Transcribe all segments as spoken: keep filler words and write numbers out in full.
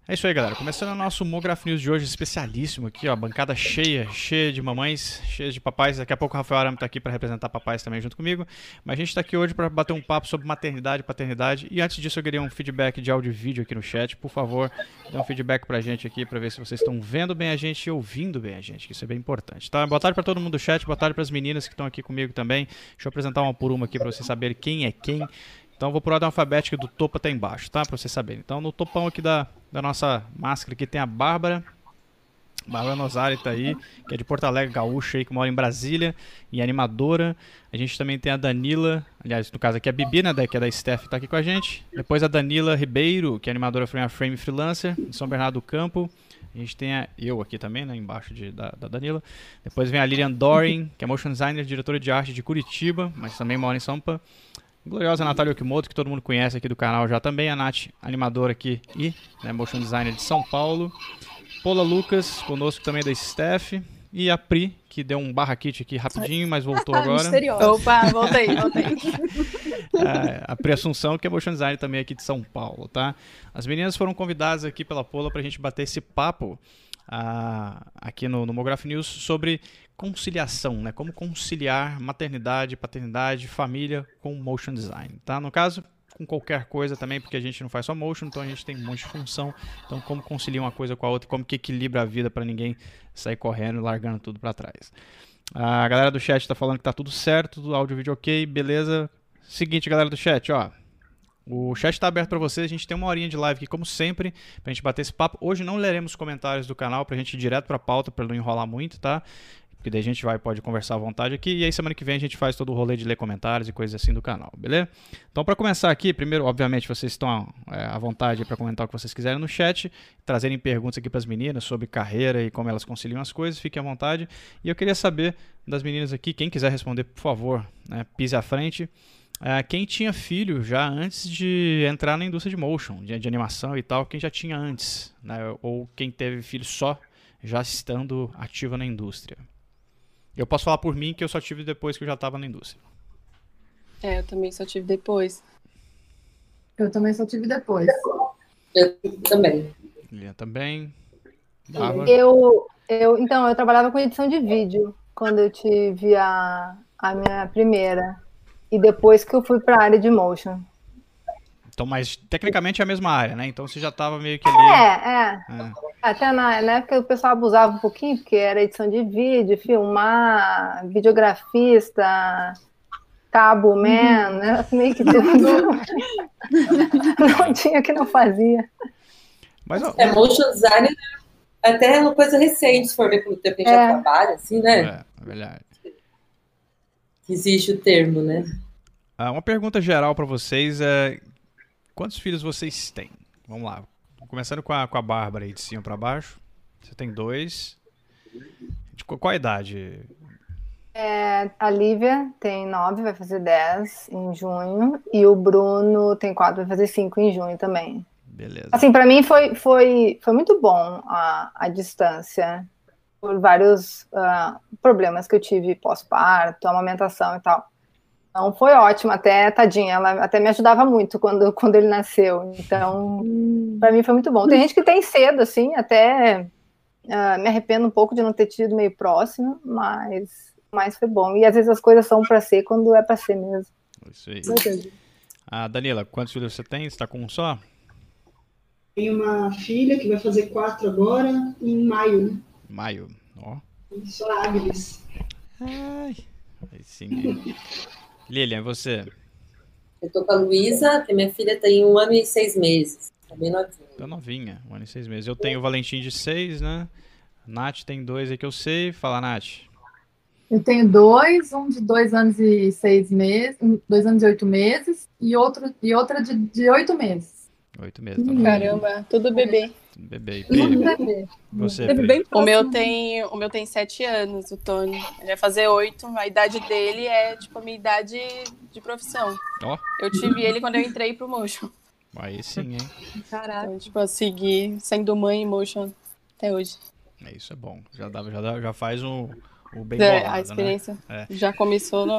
É isso aí, galera. Começando o nosso Mograph News de hoje, especialíssimo aqui, ó. Bancada cheia, cheia de mamães, cheia de papais. Daqui a pouco o Rafael Arame tá aqui para representar papais também junto comigo. Mas a gente tá aqui hoje para bater um papo sobre maternidade e paternidade. E antes disso, eu queria um feedback de áudio e vídeo aqui no chat. Por favor, dê um feedback pra gente aqui para ver se vocês estão vendo bem a gente e ouvindo bem a gente, que isso é bem importante, tá? Boa tarde para todo mundo do chat, boa tarde para as meninas que estão aqui comigo também. Deixa eu apresentar uma por uma aqui para vocês saberem quem é quem. Então vou por ordem alfabética do topo até embaixo, tá? Pra vocês saberem. Então no topão aqui da, da nossa máscara aqui tem a Bárbara. Bárbara Nozari tá aí, que é de Porto Alegre, gaúcha aí, que mora em Brasília e animadora. A gente também tem a Danila, aliás, no caso aqui a Bibi, né, que é da Steph, tá aqui com a gente. Depois a Danila Ribeiro, que é animadora frame a frame freelancer, em São Bernardo do Campo. A gente tem a, eu aqui também, né, embaixo de, da, da Danila. Depois vem a Lilian Doring, que é motion designer, diretora de arte de Curitiba, mas também mora em Sampa. Gloriosa Natália Okimoto, que todo mundo conhece aqui do canal já também. A Nath, animadora aqui e né, motion designer de São Paulo. Paula Lucas, conosco também da Steph. E a Pri, que deu um barra kit aqui rapidinho, mas voltou agora. Misteriosa. Opa, voltei, voltei. A Pri Assunção, que é motion designer também aqui de São Paulo, tá? As meninas foram convidadas aqui pela Paula pra gente bater esse papo uh, aqui no, no Mograph News sobre conciliação, né? Como conciliar maternidade, paternidade, família com motion design, tá? No caso, com qualquer coisa também, porque a gente não faz só motion, então a gente tem um monte de função. Então, como conciliar uma coisa com a outra, como que equilibra a vida para ninguém sair correndo e largando tudo para trás. A galera do chat tá falando que tá tudo certo, tudo áudio e vídeo ok, beleza. Seguinte, galera do chat, ó. O chat está aberto para vocês, a gente tem uma horinha de live aqui, como sempre, pra gente bater esse papo. Hoje não leremos comentários do canal, pra gente ir direto pra pauta, pra não enrolar muito, tá? Porque daí a gente vai, pode conversar à vontade aqui. E aí semana que vem a gente faz todo o rolê de ler comentários e coisas assim do canal, beleza? Então para começar aqui, primeiro, obviamente, vocês estão é, à vontade para comentar o que vocês quiserem no chat, trazerem perguntas aqui para as meninas sobre carreira e como elas conciliam as coisas, fiquem à vontade. E eu queria saber das meninas aqui, quem quiser responder, por favor, né, pise à frente. É, quem tinha filho já antes de entrar na indústria de motion, de, de animação e tal, quem já tinha antes, né? Ou quem teve filho só já estando ativa na indústria. Eu posso falar por mim que eu só tive depois que eu já estava na indústria. É, eu também só tive depois. Eu também só tive depois. Eu também. Lilian também. Eu, eu, então, eu trabalhava com edição de vídeo quando eu tive a, a minha primeira. E depois que eu fui para a área de motion. Então, mas tecnicamente é a mesma área, né? Então você já estava meio que ali... É, é. é. Até na, na época o pessoal abusava um pouquinho, porque era edição de vídeo, filmar, videografista, cabo man, né? Meio que tudo. Não tinha que não fazia. Mas, ó, é, motion design até é uma coisa recente, se for ver pelo tempo que a gente É. já trabalha, assim, né? É, é verdade. Existe o termo, né? Ah, uma pergunta geral para vocês é... Quantos filhos vocês têm? Vamos lá. Começando com a, com a Bárbara aí, de cima para baixo. Você tem dois. De qual, qual a idade? É, a Lívia tem nove, vai fazer dez em junho. E o Bruno tem quatro, vai fazer cinco em junho também. Beleza. Assim, para mim foi, foi, foi muito bom a, a distância. Por vários uh, problemas que eu tive pós-parto, amamentação e tal. Então foi ótimo, até, tadinha, ela até me ajudava muito quando, quando ele nasceu. Então, para mim foi muito bom. Tem gente que tem cedo, assim, até uh, me arrependo um pouco de não ter tido meio próximo, mas, mas foi bom. E às vezes as coisas são para ser quando é para ser mesmo. Isso aí. Ah, Danila, quantos filhos você tem? Você está com um só? Tenho uma filha que vai fazer quatro agora, em maio, né? Maio, ó. Só Agnes. Ai, aí sim. Lilian, você? Eu tô com a Luísa, que minha filha tem um ano e seis meses. Tá bem novinha. Tá novinha, um ano e seis meses. Eu tenho o Valentim de seis, né? Nath tem dois aí que eu sei. Fala, Nath. Eu tenho dois, um de dois anos e seis meses, dois anos e oito meses, e, outro, e outra de, de oito meses. Oito meses, tá Caramba, tudo bebê. Tudo bebê. E Tudo Pri? bebê. Você, Bebê Pri? bem próximo. O meu tem, o meu tem sete anos, o Tony. Ele vai fazer oito. A idade dele é tipo a minha idade de profissão. Ó, Eu tive ele quando eu entrei pro motion. aí sim, hein? Caraca. Então, tipo, eu segui sendo mãe em motion até hoje. É, isso é bom. Já, dá, já, dá, já faz o, o bem É, bolado, a experiência né? É. já começou no,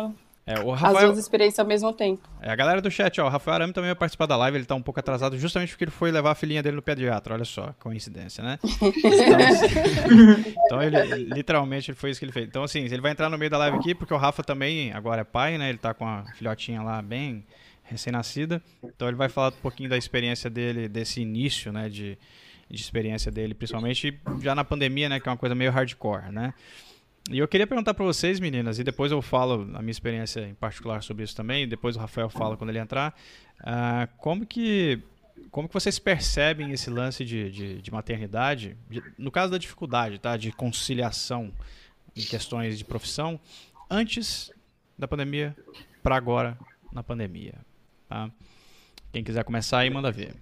É, o As Rafael, duas experiências ao mesmo tempo. é, a galera do chat, ó, o Rafael Arame também vai participar da live, ele tá um pouco atrasado justamente porque ele foi levar a filhinha dele no pediatra, olha só, coincidência, né? Então, assim, então ele, ele- literalmente, ele foi isso que ele fez. Então, assim, ele vai entrar no meio da live aqui, porque o Rafa também agora é pai, né? Ele tá com a filhotinha lá bem recém-nascida, então ele vai falar um pouquinho da experiência dele, desse início, né, de, de experiência dele, principalmente já na pandemia, né, que é uma coisa meio hardcore, né? E eu queria perguntar pra vocês, meninas, e depois eu falo a minha experiência em particular sobre isso também, e depois o Rafael fala quando ele entrar, ah, como que como que vocês percebem esse lance de, de, de maternidade, de- no caso da dificuldade, tá, de conciliação em questões de profissão, antes da pandemia pra agora na pandemia, tá? Quem quiser começar aí, manda ver.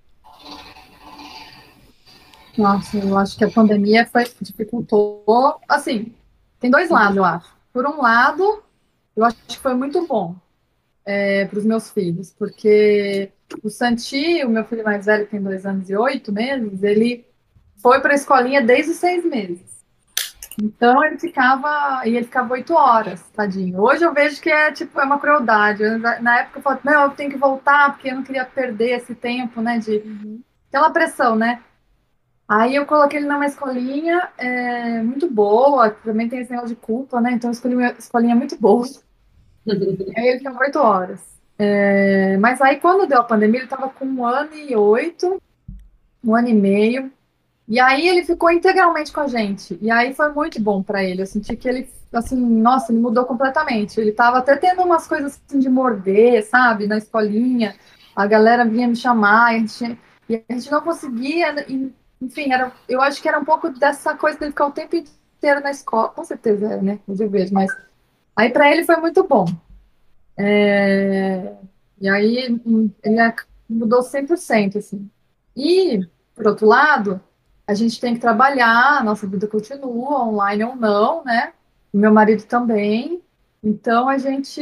Nossa, eu acho que a pandemia foi, dificultou. Assim, tem dois lados, eu acho. Por um lado, eu acho que foi muito bom para os meus filhos, porque o Santi, o meu filho mais velho, que tem dois anos e oito meses, ele foi para a escolinha desde os seis meses. Então ele ficava, e ele ficava oito horas, tadinho. Hoje eu vejo que é tipo, é uma crueldade. Eu, na época eu falei, não, eu tenho que voltar, porque eu não queria perder esse tempo, né? De aquela pressão, né? Aí eu coloquei ele numa escolinha é, muito boa, também tem esse negócio de culpa, né? Então eu escolhi uma escolinha muito boa. Aí ele ficava oito horas. É, mas aí quando deu a pandemia, ele estava com um ano e oito, um ano e meio. E aí ele ficou integralmente com a gente. E aí foi muito bom para ele. Eu senti que ele, assim, nossa, ele mudou completamente. Ele estava até tendo umas coisas assim de morder, sabe, na escolinha. A galera vinha me chamar, e a gente, e a gente não conseguia. e, enfim, era, eu acho que era um pouco dessa coisa dele ficar o tempo inteiro na escola. Com certeza é, né? Eu vejo, mas aí para ele foi muito bom. É, e aí hum, ele ac- mudou cem por cento, assim. E, por outro lado, a gente tem que trabalhar, a nossa vida continua, online ou não, né? O meu marido também. Então a gente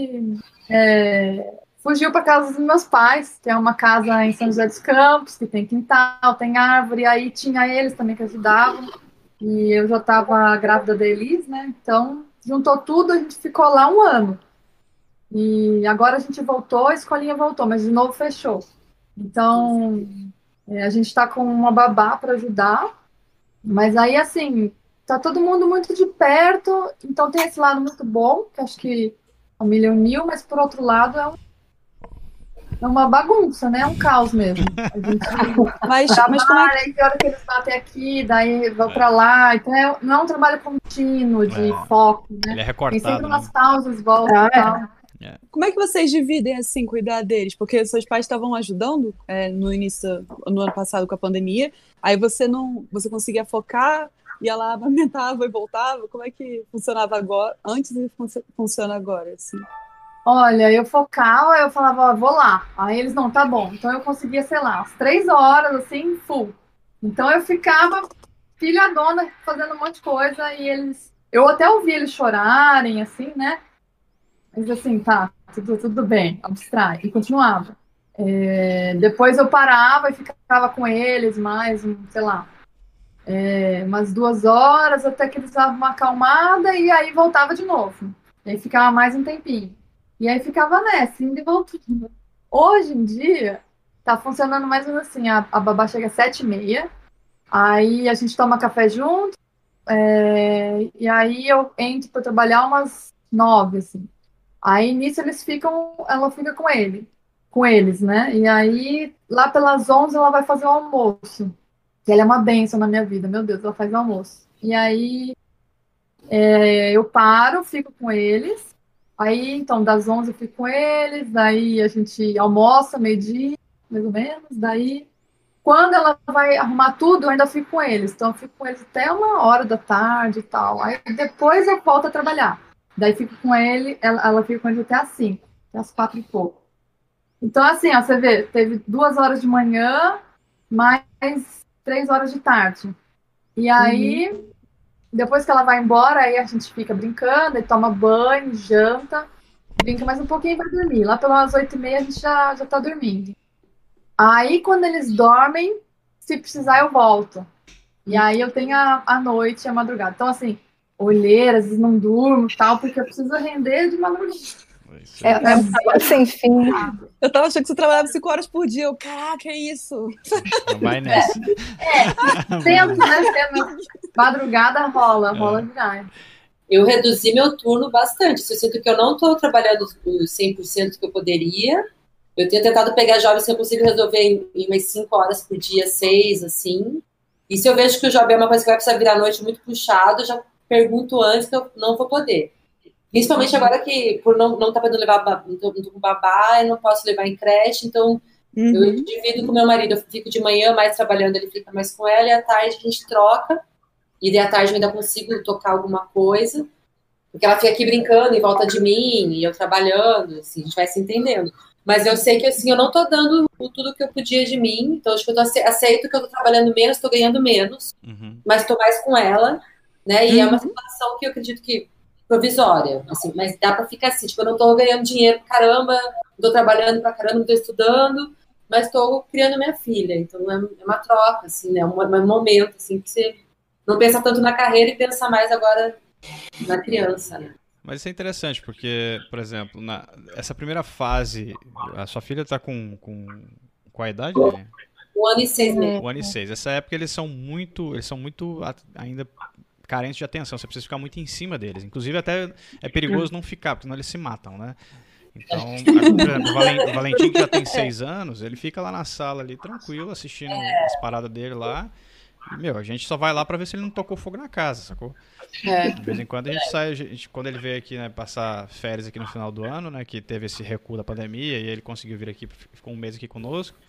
é, fugiu para casa dos meus pais, que é uma casa em São José dos Campos, que tem quintal, tem árvore, aí tinha eles também que ajudavam. E eu já estava grávida da Elis, né? Então juntou tudo, a gente ficou lá um ano. E agora a gente voltou, a escolinha voltou, mas de novo fechou. Então, é, a gente está com uma babá para ajudar, mas aí, assim, tá todo mundo muito de perto, então tem esse lado muito bom, que acho que a família uniu, mas por outro lado é, um- é uma bagunça, né? É um caos mesmo. A gente Mas, mas como é que. trabalha, e tem hora que eles batem aqui, daí vão para lá, então é- não é um trabalho contínuo, de É. foco, né? Ele é Tem recortado, sempre né? umas pausas, volta Ah, e é. tal. Como é que vocês dividem, assim, cuidar deles? Porque seus pais estavam ajudando é, no início, no ano passado com a pandemia, aí você não, você conseguia focar, ia lá, amamentava e voltava? Como é que funcionava agora, antes e fun- funciona agora, assim? Olha, eu focava, eu falava, ó, vou lá. Aí eles, não, tá bom. Então eu conseguia, sei lá, umas três horas, assim, full. Então eu ficava pilhadona, fazendo um monte de coisa, e eles. Eu até ouvi eles chorarem, assim, né? Mas assim, tá, tudo, tudo bem, abstrai. E continuava. É, depois eu parava e ficava com eles mais, um, sei lá, é, umas duas horas, até que eles davam uma acalmada, e aí voltava de novo. E aí ficava mais um tempinho. E aí ficava nessa, indo e voltando. Hoje em dia, tá funcionando mais ou menos assim, a, a babá chega às sete e meia, aí a gente toma café junto, é, e aí eu entro para trabalhar umas nove, assim. Aí nisso eles ficam, ela fica com ele, com eles, né? E aí lá pelas onze ela vai fazer o almoço. Que ela é uma bênção na minha vida, meu Deus, ela faz o almoço. E aí é, eu paro, fico com eles. Aí então das onze eu fico com eles, daí a gente almoça meio-dia, mais ou menos. Daí quando ela vai arrumar tudo, eu ainda fico com eles. Então eu fico com eles até uma hora da tarde e tal. Aí depois eu volto a trabalhar. Daí fico com ele, ela, ela fica com ele até às cinco, até às quatro e pouco. Então, assim, ó, você vê, teve duas horas de manhã, mais três horas de tarde. E aí, depois que ela vai embora, aí a gente fica brincando, aí toma banho, janta, brinca mais um pouquinho e vai dormir. Lá pelas oito e meia a gente já, já tá dormindo. Aí, quando eles dormem, se precisar, eu volto. E aí eu tenho a, a noite e a madrugada. Então, assim, olheira, às vezes não durmo e tal, porque eu preciso render de madrugada. É, é um trabalho sem fim. Eu tava achando que você trabalhava cinco horas por dia. Eu, caraca, é isso. Não vai nessa. É, tento, né? Tento. Madrugada rola, rola demais. Eu reduzi meu turno bastante. Eu sinto que eu não estou trabalhando os cem por cento que eu poderia. Eu tenho tentado pegar jobs que eu consigo resolver em, em umas cinco horas por dia, seis, assim. E se eu vejo que o job é uma coisa que vai precisar virar à noite muito puxado, eu já pergunto antes que eu não vou poder. Principalmente agora que, por não estar tá podendo levar, não tô, não tô com babá, eu não posso levar em creche, então uhum. eu divido com meu marido, eu fico de manhã mais trabalhando, ele fica mais com ela, e à tarde a gente troca, e daí à tarde eu ainda consigo tocar alguma coisa, porque ela fica aqui brincando em volta de mim, e eu trabalhando, assim, a gente vai se entendendo. Mas eu sei que, assim, eu não tô dando tudo que eu podia de mim, então, acho que eu tô, aceito que eu tô trabalhando menos, tô ganhando menos, uhum. mas tô mais com ela, né, e uhum. é uma situação que eu acredito que provisória, assim, mas dá pra ficar assim, tipo, eu não tô ganhando dinheiro pra caramba, não tô trabalhando pra caramba, não tô estudando, mas tô criando minha filha, então é uma troca, assim, né, um, um momento, assim, que você não pensa tanto na carreira e pensa mais agora na criança, né. Mas isso é interessante, porque, por exemplo, na, essa primeira fase, a sua filha tá com, com qual a idade? Né? Um ano e seis meses. Um ano e seis. Essa época eles são muito, eles são muito ainda carentes de atenção, você precisa ficar muito em cima deles. Inclusive até é perigoso não ficar, porque senão eles se matam, né? Então, por exemplo, o Valentim, que já tem seis anos, ele fica lá na sala ali tranquilo, assistindo as paradas dele lá. E, meu, a gente só vai lá pra ver se ele não tocou fogo na casa, sacou? É. De vez em quando a gente sai, a gente, quando ele veio aqui, né, passar férias aqui no final do ano, né, que teve esse recuo da pandemia e ele conseguiu vir aqui, ficou um mês aqui conosco,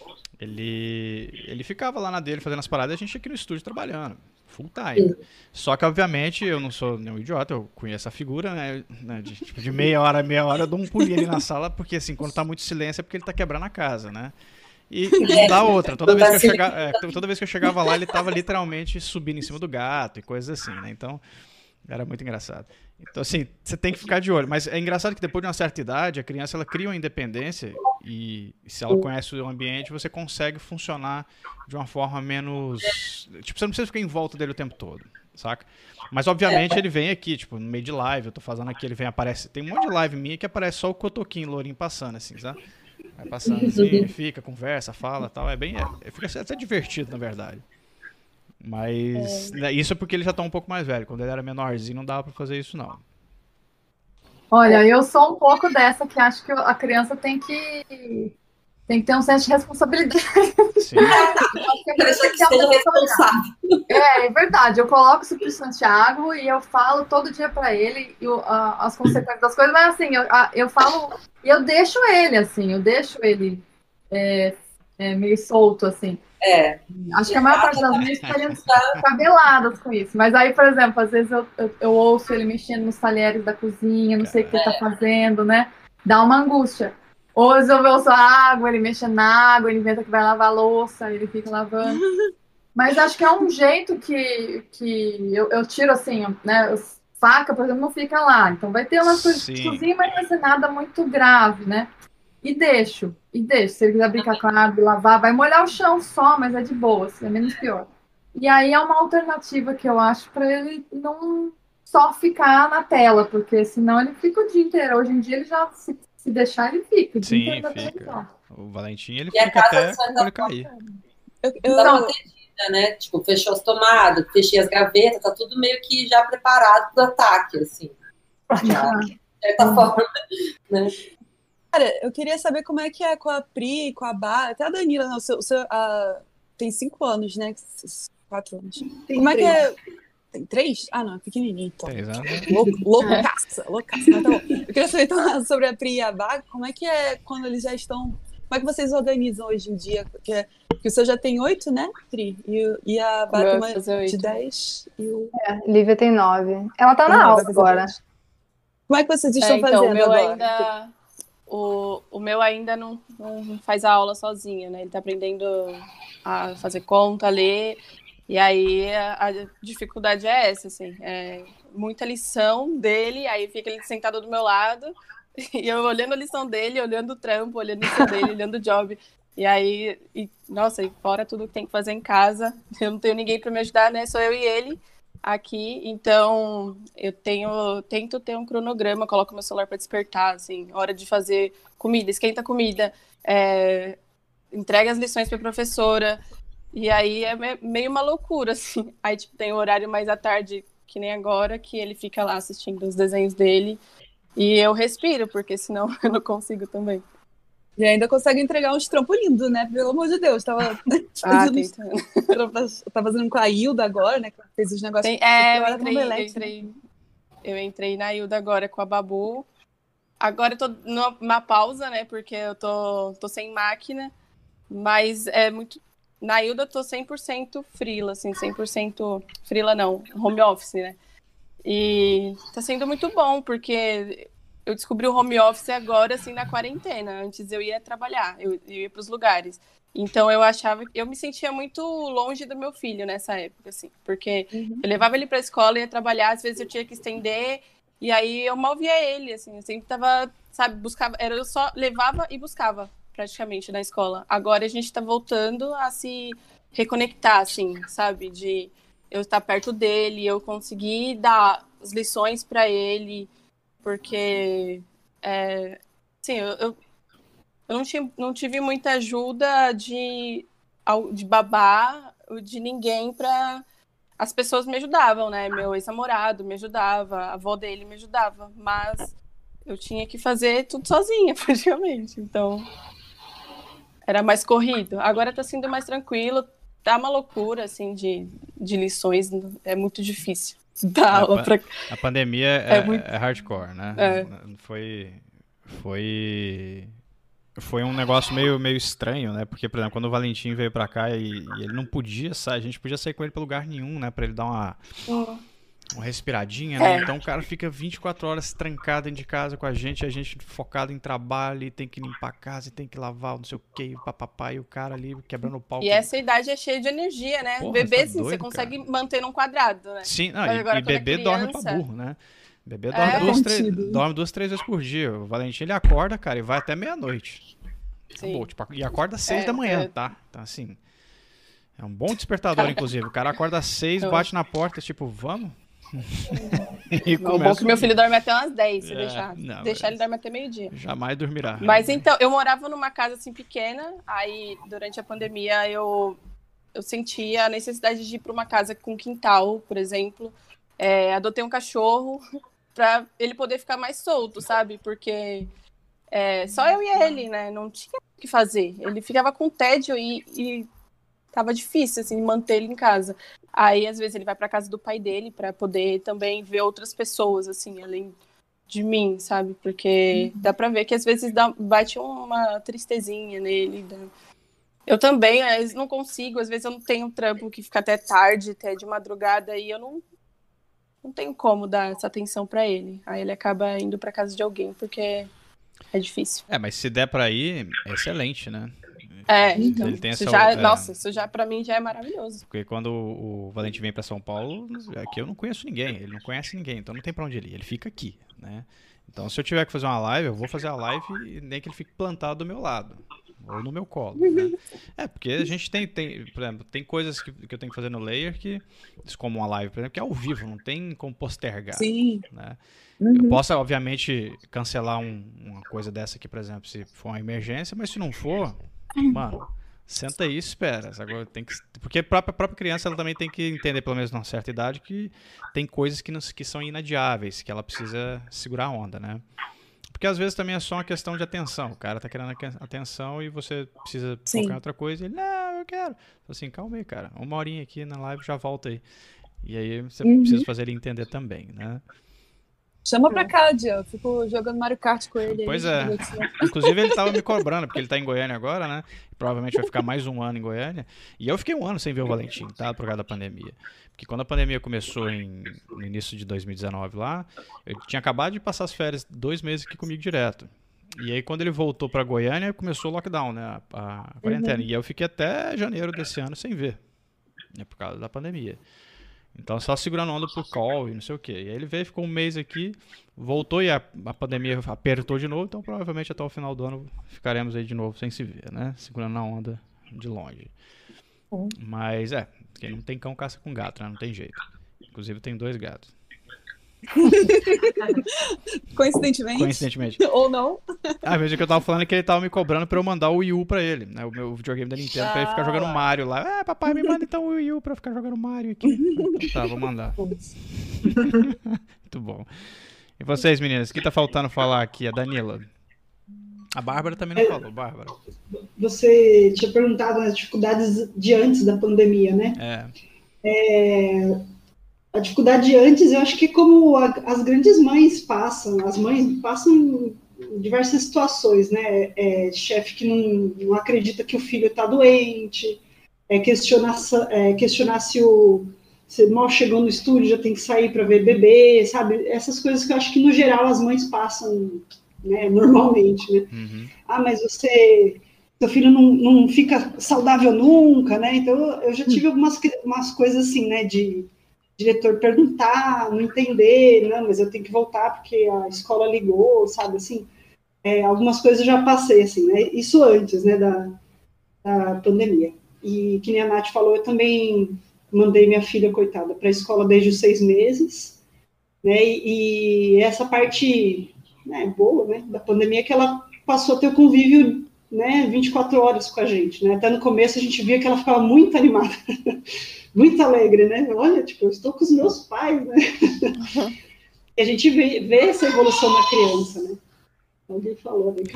ele, ele ficava lá na dele fazendo as paradas e a gente aqui no estúdio trabalhando, full time. Só que, obviamente, eu não sou nenhum idiota, eu conheço a figura, né, de, tipo, de meia hora a meia hora eu dou um pulinho ali na sala, porque assim, quando tá muito silêncio é porque ele tá quebrando a casa, né? E da outra, toda vez, que eu chegava, é, toda vez que eu chegava lá, ele tava literalmente subindo em cima do gato e coisas assim, né? Então, era muito engraçado. Então, assim, você tem que ficar de olho. Mas é engraçado que depois de uma certa idade, a criança, ela cria uma independência e, e se ela conhece o ambiente, você consegue funcionar de uma forma menos... Tipo, você não precisa ficar em volta dele o tempo todo, saca? Mas, obviamente, ele vem aqui, tipo, no meio de live, eu tô fazendo aqui, ele vem, aparece... Tem um monte de live minha que aparece só o cotoquinho, lourinho, passando, assim, sabe? Vai passando assim, fica, conversa, fala tal. É bem. É, fica até divertido, na verdade. Mas é. Né, isso é porque ele já tá um pouco mais velho. Quando ele era menorzinho, não dava pra fazer isso, não. Olha, eu sou um pouco dessa que acho que a criança tem que. Tem que ter um senso de responsabilidade. Sim. Deixa que seja responsável. É, é verdade. Eu coloco o Sucre Santiago e eu falo todo dia pra ele e, uh, as consequências das coisas, mas assim, eu, uh, eu falo e eu deixo ele, assim, eu deixo ele é, é, meio solto, assim. É. Acho que a maior parte das minhas experiências estão cabeladas com isso. Mas aí, por exemplo, às vezes eu, eu, eu ouço ele mexendo nos talheres da cozinha, não sei o que ele tá fazendo, né? Dá uma angústia. Ou às vezes eu ouço a água, ele mexe na água, ele inventa que vai lavar a louça, ele fica lavando. Mas acho que é um jeito que, que eu, eu tiro assim, né? Faca, por exemplo, não fica lá. Então vai ter umas coisas de cozinha, mas não vai ser nada muito grave, né? E deixo, e deixo. Se ele quiser brincar com a água e lavar, vai molhar o chão só, mas é de boa, assim, é menos pior. E aí é uma alternativa que eu acho para ele não só ficar na tela, porque senão ele fica o dia inteiro. Hoje em dia ele já se Se deixar, ele fica. O Sim, fica. O Valentim, ele e fica até quando ele cair. Eu, eu... Tá protegida, né? Tipo, fechou as tomadas, fechei as gavetas, tá tudo meio que já preparado pro ataque, assim. Já, de certa forma, né? Cara, eu queria saber como é que é com a Pri, com a Bá, até a Danila, não, o seu, o seu, a... tem cinco anos, né? Quatro anos. Tem como três. É que é... Tem três? Ah, não, é pequenininho, então. Louco, loucaça, loucaça. Mas tá bom. Eu queria saber então, sobre a Pri e a Bá, como é que é quando eles já estão... Como é que vocês organizam hoje em dia? Porque, porque o seu já tem oito, né, Pri? E, e a Bá tem uma de dez. E o... É, Lívia tem nove. Ela tá na aula agora. Como é que vocês estão é, então, fazendo o meu agora? Ainda, o, o meu ainda não, não faz a aula sozinho, né? Ele tá aprendendo a fazer conta, a ler... E aí a, a dificuldade é essa, assim, é muita lição dele, aí fica ele sentado do meu lado, e eu olhando a lição dele, olhando o trampo, olhando a lição dele, olhando o job. E aí, e, nossa, e fora tudo que tem que fazer em casa, eu não tenho ninguém para me ajudar, né? Sou eu e ele. aqui, então eu tenho, tento ter um cronograma, coloco meu celular para despertar, assim, hora de fazer comida, esquenta a comida, é, entrega as lições para a professora, e aí é me- meio uma loucura, assim. Aí, tipo, tem o horário mais à tarde, que nem agora, que ele fica lá assistindo os desenhos dele, e eu respiro, porque senão eu não consigo também. E ainda consegue entregar uns trampos lindos, né? Pelo amor de Deus. Tava Ah, fazendo, uns- tentando. era pra- tava fazendo com a Hilda agora, né? Que ela fez os negócios. Tem, é, eu Ela era entrei, eu Omelete, né? entrei, eu entrei na Hilda agora com a Babu. Agora eu tô numa pausa, né? Porque eu tô, tô sem máquina, mas é muito. Na Hilda eu tô cem por cento freela, assim, cem por cento freela não, home office, né? E tá sendo muito bom, porque eu descobri o home office agora, assim, na quarentena. Antes eu ia trabalhar, eu, eu ia pros lugares. Então eu achava, eu me sentia muito longe do meu filho nessa época, assim, porque Uhum. eu levava ele pra escola, ia trabalhar, às vezes eu tinha que estender, e aí eu mal via ele, assim, eu sempre tava, sabe, buscava, era eu só levava e buscava, praticamente, na escola. Agora a gente tá voltando a se reconectar, assim, sabe, de eu estar perto dele, eu conseguir dar as lições pra ele, porque, é, assim, eu, eu, eu não, tinha, não tive muita ajuda de, ao- de babá, de ninguém pra... As pessoas me ajudavam, né? Meu ex-namorado me ajudava, a avó dele me ajudava, mas eu tinha que fazer tudo sozinha, praticamente. Então, era mais corrido. Agora tá sendo mais tranquilo, tá uma loucura, assim, de, de lições, é muito difícil dar É, aula pa- pra... a pandemia É é, muito- é hardcore, né? É. Foi, foi, foi um negócio meio, meio estranho, né? Porque, por exemplo, quando o Valentim veio pra cá e, e ele não podia sair, a gente podia sair com ele pra lugar nenhum, né? Pra ele dar uma, uma respiradinha, né? É. Então o cara fica vinte e quatro horas trancado dentro de casa com a gente, e a gente focado em trabalho, e tem que limpar a casa, e tem que lavar, não sei o que, papapá, e o cara ali quebrando o pau. E com- essa idade é cheia de energia, né? Porra, Bebê, você tá sim, você doido, consegue cara. manter num quadrado, né? Sim, não, Mas e, agora e quando é bebê dorme pra criança- burro, né? Bebê É. dorme, duas, três, Contido. dorme duas, três vezes por dia. O Valentim, ele acorda, cara, e vai até meia-noite. Acabou, Sim. tipo, e acorda às seis É, da manhã, é. tá? Então, assim, é um bom despertador, inclusive. O cara acorda às seis, Eu- bate na porta, tipo, vamos? e Não, bom que meu filho dorme até umas dez, se É, deixar. não, deixar mas- ele dorme até meio-dia. Jamais dormirá. Mas então, eu morava numa casa assim pequena, aí durante a pandemia eu, eu sentia a necessidade de ir para uma casa com quintal, por exemplo. É, adotei um cachorro para ele poder ficar mais solto, sabe? Porque é, só eu e ele, né? Não tinha o que fazer. Ele ficava com tédio e, e tava difícil, assim, manter ele em casa. Aí, às vezes, ele vai para casa do pai dele para poder também ver outras pessoas, assim, além de mim, sabe? Porque dá pra ver que às vezes dá, bate uma tristezinha nele. dá- Eu também, às vezes não consigo, às vezes eu não tenho trampo que fica até tarde, até de madrugada, e eu não, não tenho como dar essa atenção pra ele. Aí ele acaba indo pra casa de alguém, porque é difícil. É, mas se der pra ir, é excelente, né? É, então, Ele tem isso essa- já, é. nossa, isso já pra mim já é maravilhoso. Porque quando o o Valentim vem pra São Paulo, aqui eu não conheço ninguém, ele não conhece ninguém, então não tem pra onde ele ir, ele fica aqui, né? Então se eu tiver que fazer uma live, eu vou fazer a live e nem que ele fique plantado do meu lado, ou no meu colo, né? É, porque a gente tem, tem, por exemplo, tem coisas que, que eu tenho que fazer no Layer que, como uma live, por exemplo, que é ao vivo, não tem como postergar, Sim. né? Uhum. Eu posso, obviamente, cancelar um- uma coisa dessa aqui, por exemplo, se for uma emergência, mas se não for, mano, senta aí e espera. Agora tem que, porque a própria, a própria criança ela também tem que entender, pelo menos numa certa idade, que tem coisas que, não, que são inadiáveis, que ela precisa segurar a onda, né? Porque às vezes também é só uma questão de atenção. O cara tá querendo aque- atenção e você precisa Sim. focar em outra coisa. E ele, não, eu quero. Assim, calma aí, cara. Uma horinha aqui na live já volta aí. E aí você Uhum. precisa fazer ele entender também, né? Chama pra cá, Dia. Eu fico jogando Mario Kart com ele. aí, Pois é. quando eu tiver- Inclusive, ele tava me cobrando, porque ele tá em Goiânia agora, né? Provavelmente vai ficar mais um ano em Goiânia. E eu fiquei um ano sem ver o Valentim, tá? Por causa da pandemia. Porque quando a pandemia começou em, no início de dois mil e dezenove lá, eu tinha acabado de passar as férias dois meses aqui comigo direto. E aí, quando ele voltou pra Goiânia, começou o lockdown, né? A, a quarentena. E eu fiquei até janeiro desse ano sem ver, né? Por causa da pandemia. Então, só segurando onda por call e não sei o quê. E aí ele veio, ficou um mês aqui, voltou e a, a pandemia apertou de novo. Então, provavelmente até o final do ano ficaremos aí de novo sem se ver, né? Segurando a onda de longe. Uhum. Mas, é, quem não tem cão caça com gato, né? Não tem jeito. Inclusive, eu tenho dois gatos. Coincidentemente. Coincidentemente. Ou não. Ah, mas o que eu tava falando é que ele tava me cobrando pra eu mandar o Wii U pra ele, né? O meu videogame da Nintendo, pra ele ficar jogando Mario lá. Ah, papai, me manda então o Wii U pra eu ficar jogando Mario aqui. Então, tá, vou mandar. Muito bom. E vocês, meninas, o que tá faltando falar aqui? A Danila. A Bárbara também não falou, Bárbara. Você tinha perguntado as dificuldades de antes da pandemia, né? É. É, a dificuldade de antes, eu acho que como a, as grandes mães passam, as mães passam em diversas situações, né? É, chefe que não, não acredita que o filho está doente, é, questionar, é, questionar se o se mal chegou no estúdio, já tem que sair para ver bebê, sabe? Essas coisas que eu acho que, no geral, as mães passam, né, normalmente, né? Uhum. Ah, mas você... seu filho não, não fica saudável nunca, né? Então, eu já tive algumas umas coisas assim, né? De diretor perguntar, não entender, não, mas eu tenho que voltar porque a escola ligou, sabe? Assim, é, algumas coisas eu já passei, assim, né? Isso antes, né? Da, da pandemia. E, que nem a Nath falou, eu também mandei minha filha, coitada, para a escola desde os seis meses, né? E, e essa parte, né, boa, né? Da pandemia é que ela passou a ter o convívio, né, vinte e quatro horas com a gente, né? Até no começo a gente via que ela ficava muito animada, muito alegre, né? Olha, tipo, eu estou com os meus pais, né? Uhum. E a gente vê, vê essa evolução na criança, né? Alguém falou, né?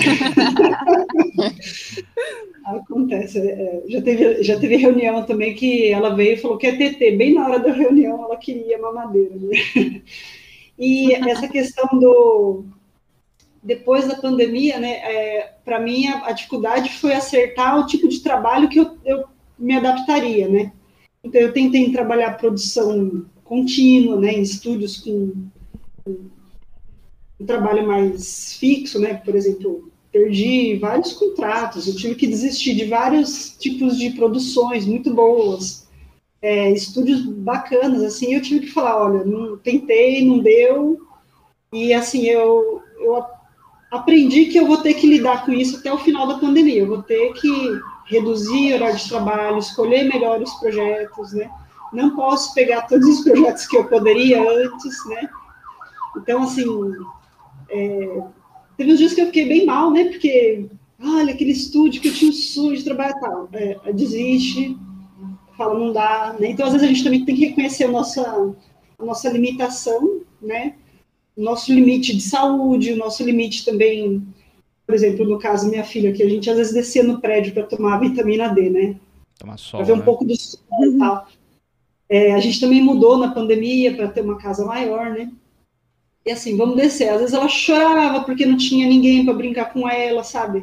Acontece. É, já, teve, já teve reunião também que ela veio e falou que é T T. Bem na hora da reunião ela queria mamadeira, né? E essa questão do... Depois da pandemia, né, é, para mim a, a dificuldade foi acertar o tipo de trabalho que eu, eu me adaptaria, né? Então eu tentei trabalhar produção contínua, né, em estúdios com, com um trabalho mais fixo, né? Por exemplo, perdi vários contratos, eu tive que desistir de vários tipos de produções muito boas, é, estúdios bacanas, assim, eu tive que falar, olha, não, tentei, não deu, e assim, eu, eu aprendi que eu vou ter que lidar com isso até o final da pandemia, eu vou ter que reduzir o horário de trabalho, escolher melhor os projetos, né? Não posso pegar todos os projetos que eu poderia antes, né? Então, assim, é, teve uns dias que eu fiquei bem mal, né? Porque, olha, aquele estúdio que eu tinha um sonho de trabalhar e tal. É, desiste, fala, não dá, né? Então, às vezes, a gente também tem que reconhecer a nossa, a nossa limitação, né? O nosso limite de saúde, o nosso limite também, por exemplo, no caso, minha filha, que a gente às vezes descia no prédio para tomar vitamina D, né? Tomar sol, para ver um né? pouco do sol e tal. É, a gente também mudou na pandemia para ter uma casa maior, né? E assim, vamos descer. Às vezes ela chorava porque não tinha ninguém para brincar com ela, sabe?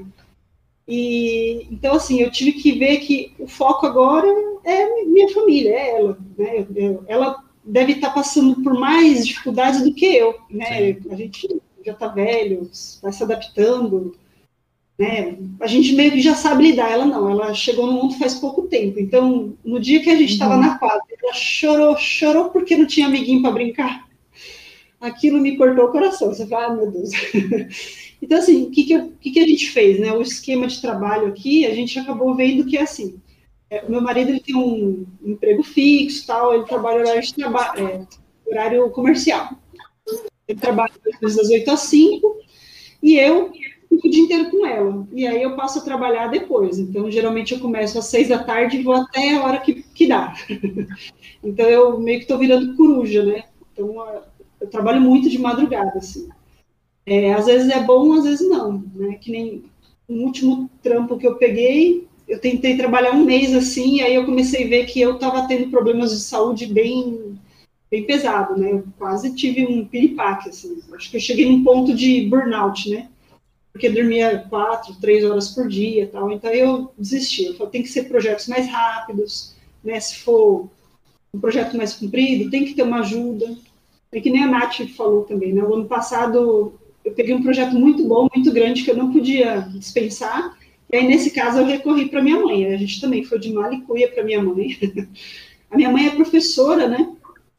E então, assim, eu tive que ver que o foco agora é minha família, é ela, né? Eu, ela deve estar passando por mais dificuldades do que eu, né? Sim. A gente já está velho, vai se adaptando, né? A gente meio que já sabe lidar. Ela não, ela chegou no mundo faz pouco tempo. Então, no dia que a gente estava uhum. na quadra, ela chorou, chorou porque não tinha amiguinho para brincar. Aquilo me cortou o coração. Você fala, ah, meu Deus. Então, assim, o que, que, eu, que, que a gente fez, né? O esquema de trabalho aqui, a gente acabou vendo que é assim. É, o meu marido, ele tem um emprego fixo, tal, ele trabalha horário, de traba é, horário comercial. Ele trabalha das oito às cinco e eu fico o dia inteiro com ela. E aí eu passo a trabalhar depois. Então, geralmente eu começo às seis da tarde e vou até a hora que, que dá. Então, eu meio que estou virando coruja, né? Então, eu trabalho muito de madrugada, assim. É, às vezes é bom, às vezes não, né? Que nem o último trampo que eu peguei, eu tentei trabalhar um mês assim, e aí eu comecei a ver que eu estava tendo problemas de saúde bem, bem pesado, né? Eu quase tive um piripaque, assim. Acho que eu cheguei num ponto de burnout, né? Porque eu dormia quatro, três horas por dia e tal. Então eu desisti. Eu falei, tem que ser projetos mais rápidos, né? Se for um projeto mais comprido, tem que ter uma ajuda. É que nem a Nath falou também, né? O ano passado eu peguei um projeto muito bom, muito grande, que eu não podia dispensar. E aí, nesse caso, eu recorri para minha mãe. A gente também foi de malicuia para minha mãe. A minha mãe é professora, né?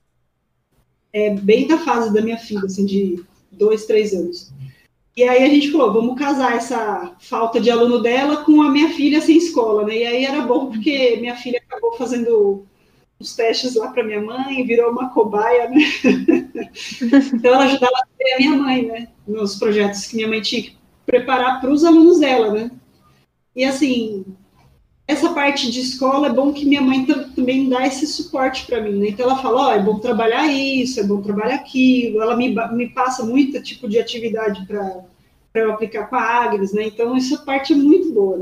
É bem da fase da minha filha, assim, de dois, três anos. E aí a gente falou, vamos casar essa falta de aluno dela com a minha filha sem escola, né? E aí era bom, porque minha filha acabou fazendo os testes lá para minha mãe, virou uma cobaia, né? Então ela ajudava a minha mãe, né? Nos projetos que minha mãe tinha que preparar para os alunos dela, né? E assim, essa parte de escola é bom que minha mãe também dá esse suporte para mim, né? Então ela fala, ó, oh, é bom trabalhar isso, é bom trabalhar aquilo. Ela me, me passa muito tipo de atividade para eu aplicar com a Agnes, né? Então essa parte é muito boa, né?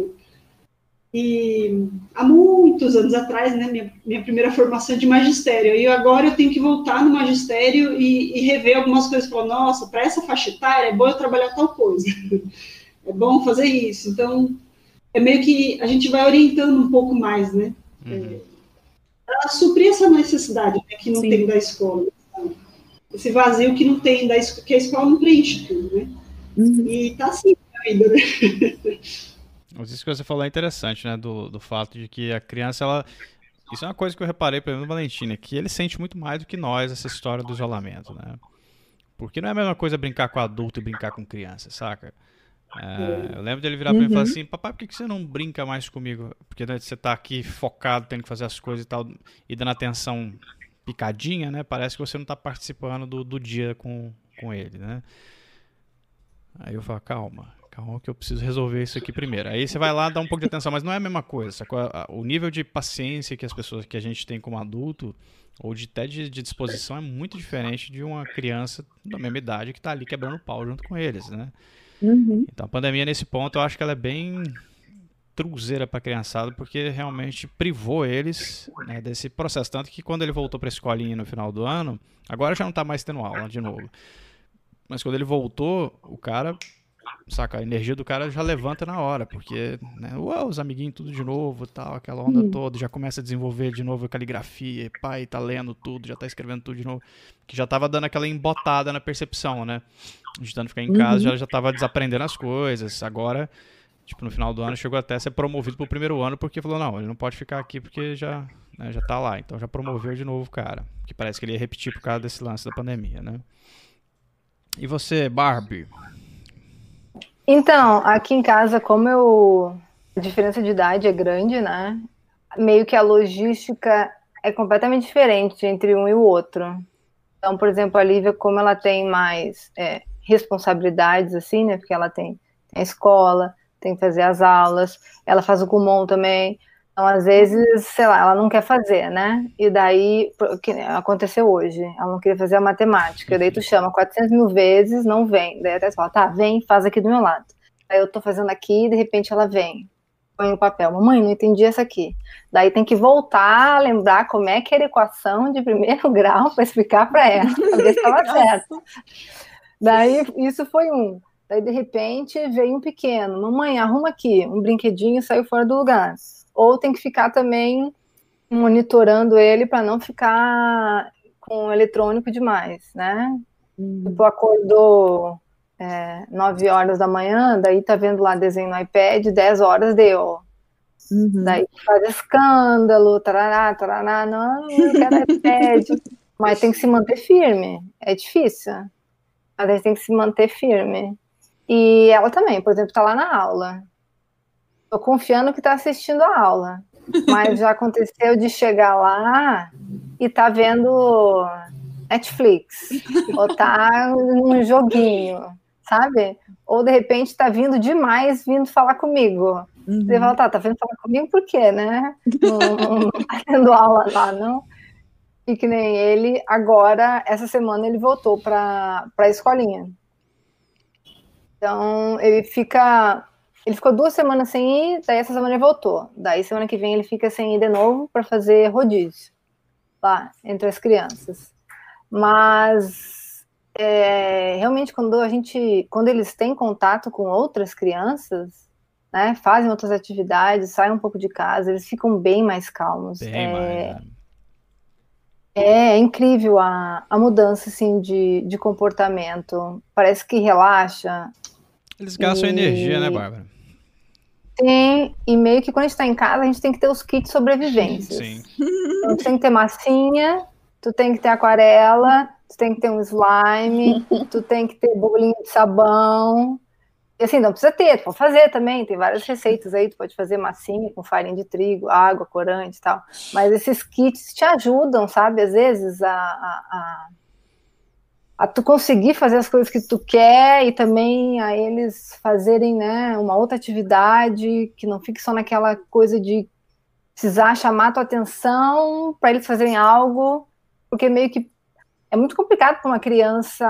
E há muitos anos atrás, né, minha, minha primeira formação de magistério, e agora eu tenho que voltar no magistério e, e rever algumas coisas, falar, nossa, para essa faixa etária é bom eu trabalhar tal coisa, é bom fazer isso. Então, é meio que a gente vai orientando um pouco mais, né, uhum. Para suprir essa necessidade, né, que não Sim. tem da escola, esse vazio que não tem, da, que a escola não preenche tudo, né, uhum. E tá assim a vida, né. Isso que você falou é interessante, né, do, do fato de que a criança, ela... Isso é uma coisa que eu reparei, por exemplo, no Valentina, que ele sente muito mais do que nós essa história do isolamento, né? Porque não é a mesma coisa brincar com adulto e brincar com criança, saca? É, eu lembro dele virar uhum. pra mim e falar assim, papai, por que que você não brinca mais comigo? Porque né, você tá aqui focado, tendo que fazer as coisas e tal, e dando atenção picadinha, né? Parece que você não tá participando do, do dia com, com ele, né? Aí eu falo, calma. Calma que eu preciso resolver isso aqui primeiro. Aí você vai lá dar um pouco de atenção, mas não é a mesma coisa. Sacou? O nível de paciência que as pessoas que a gente tem como adulto, ou de até de, de disposição, é muito diferente de uma criança da mesma idade que está ali quebrando pau junto com eles, né? Uhum. Então a pandemia nesse ponto eu acho que ela é bem truzeira para a criançada, porque realmente privou eles, né, desse processo. Tanto que quando ele voltou para a escolinha no final do ano, agora já não está mais tendo aula de novo. Mas quando ele voltou, o cara... Saca, a energia do cara já levanta na hora, porque, né, uau, os amiguinhos tudo de novo, tal, aquela onda hum. toda, já começa a desenvolver de novo a caligrafia, pai, tá lendo tudo, já tá escrevendo tudo de novo, que já tava dando aquela embotada na percepção, né, de tanto ficar em casa, uhum. já, já tava desaprendendo as coisas, agora, tipo, no final do ano chegou até a ser promovido pro primeiro ano, porque falou, não, ele não pode ficar aqui porque já, né, já tá lá, então já promoveu de novo o cara, que parece que ele ia repetir por causa desse lance da pandemia, né. E você, Barbie? Então, aqui em casa, como eu... a diferença de idade é grande, né? Meio que a logística é completamente diferente entre um e o outro. Então, por exemplo, a Lívia, como ela tem mais é, responsabilidades, assim, né? Porque ela tem, tem a escola, tem que fazer as aulas, ela faz o Kumon também. Então, às vezes, sei lá, ela não quer fazer, né? E daí, o que aconteceu hoje, ela não queria fazer a matemática, daí tu chama quatrocentas mil vezes, não vem. Daí até você fala, tá, vem, faz aqui do meu lado. Aí eu tô fazendo aqui, e de repente ela vem, põe o papel, mamãe, não entendi essa aqui. Daí tem que voltar a lembrar como é que era a equação de primeiro grau para explicar para ela, pra ver se estava certo. Daí, isso foi um. Daí, de repente, veio um pequeno, mamãe, arruma aqui, um brinquedinho saiu fora do lugar. Ou tem que ficar também monitorando ele para não ficar com eletrônico demais, né? Hum. Tipo, acordou é, nove horas da manhã, daí tá vendo lá desenho no iPad, dez horas deu. Uhum. Daí faz escândalo, tarará, tarará, não, não quero iPad. Mas tem que se manter firme, é difícil. Mas a gente tem que se manter firme. E ela também, por exemplo, tá lá na aula. Tô confiando que tá assistindo a aula. Mas já aconteceu de chegar lá e tá vendo Netflix. Ou tá num joguinho, sabe? Ou de repente tá vindo demais, vindo falar comigo. Uhum. Você fala, tá, tá vindo falar comigo por quê, né? Não, não tá tendo aula lá, não? E que nem ele, agora, essa semana ele voltou pra, pra escolinha. Então, ele fica... Ele ficou duas semanas sem ir, daí essa semana ele voltou. Daí, semana que vem, ele fica sem ir de novo para fazer rodízio lá, entre as crianças. Mas, é, realmente, quando a gente... Quando eles têm contato com outras crianças, né, fazem outras atividades, saem um pouco de casa, eles ficam bem mais calmos. Bem é, mais, né? É, é incrível a, a mudança, assim, de, de comportamento. Parece que relaxa. Eles gastam e... energia, né, Bárbara? Tem, e meio que quando a gente tá em casa, a gente tem que ter os kits sobrevivências. Sim. Então, tu tem que ter massinha, tu tem que ter aquarela, tu tem que ter um slime, tu tem que ter bolinho de sabão, E assim, não precisa ter, tu pode fazer também, tem várias receitas aí, tu pode fazer massinha com farinha de trigo, água, corante e tal, mas esses kits te ajudam, sabe, às vezes a, a, a, a tu conseguir fazer as coisas que tu quer e também a eles fazerem, né, uma outra atividade que não fique só naquela coisa de precisar chamar a tua atenção para eles fazerem algo, porque meio que é muito complicado para uma criança...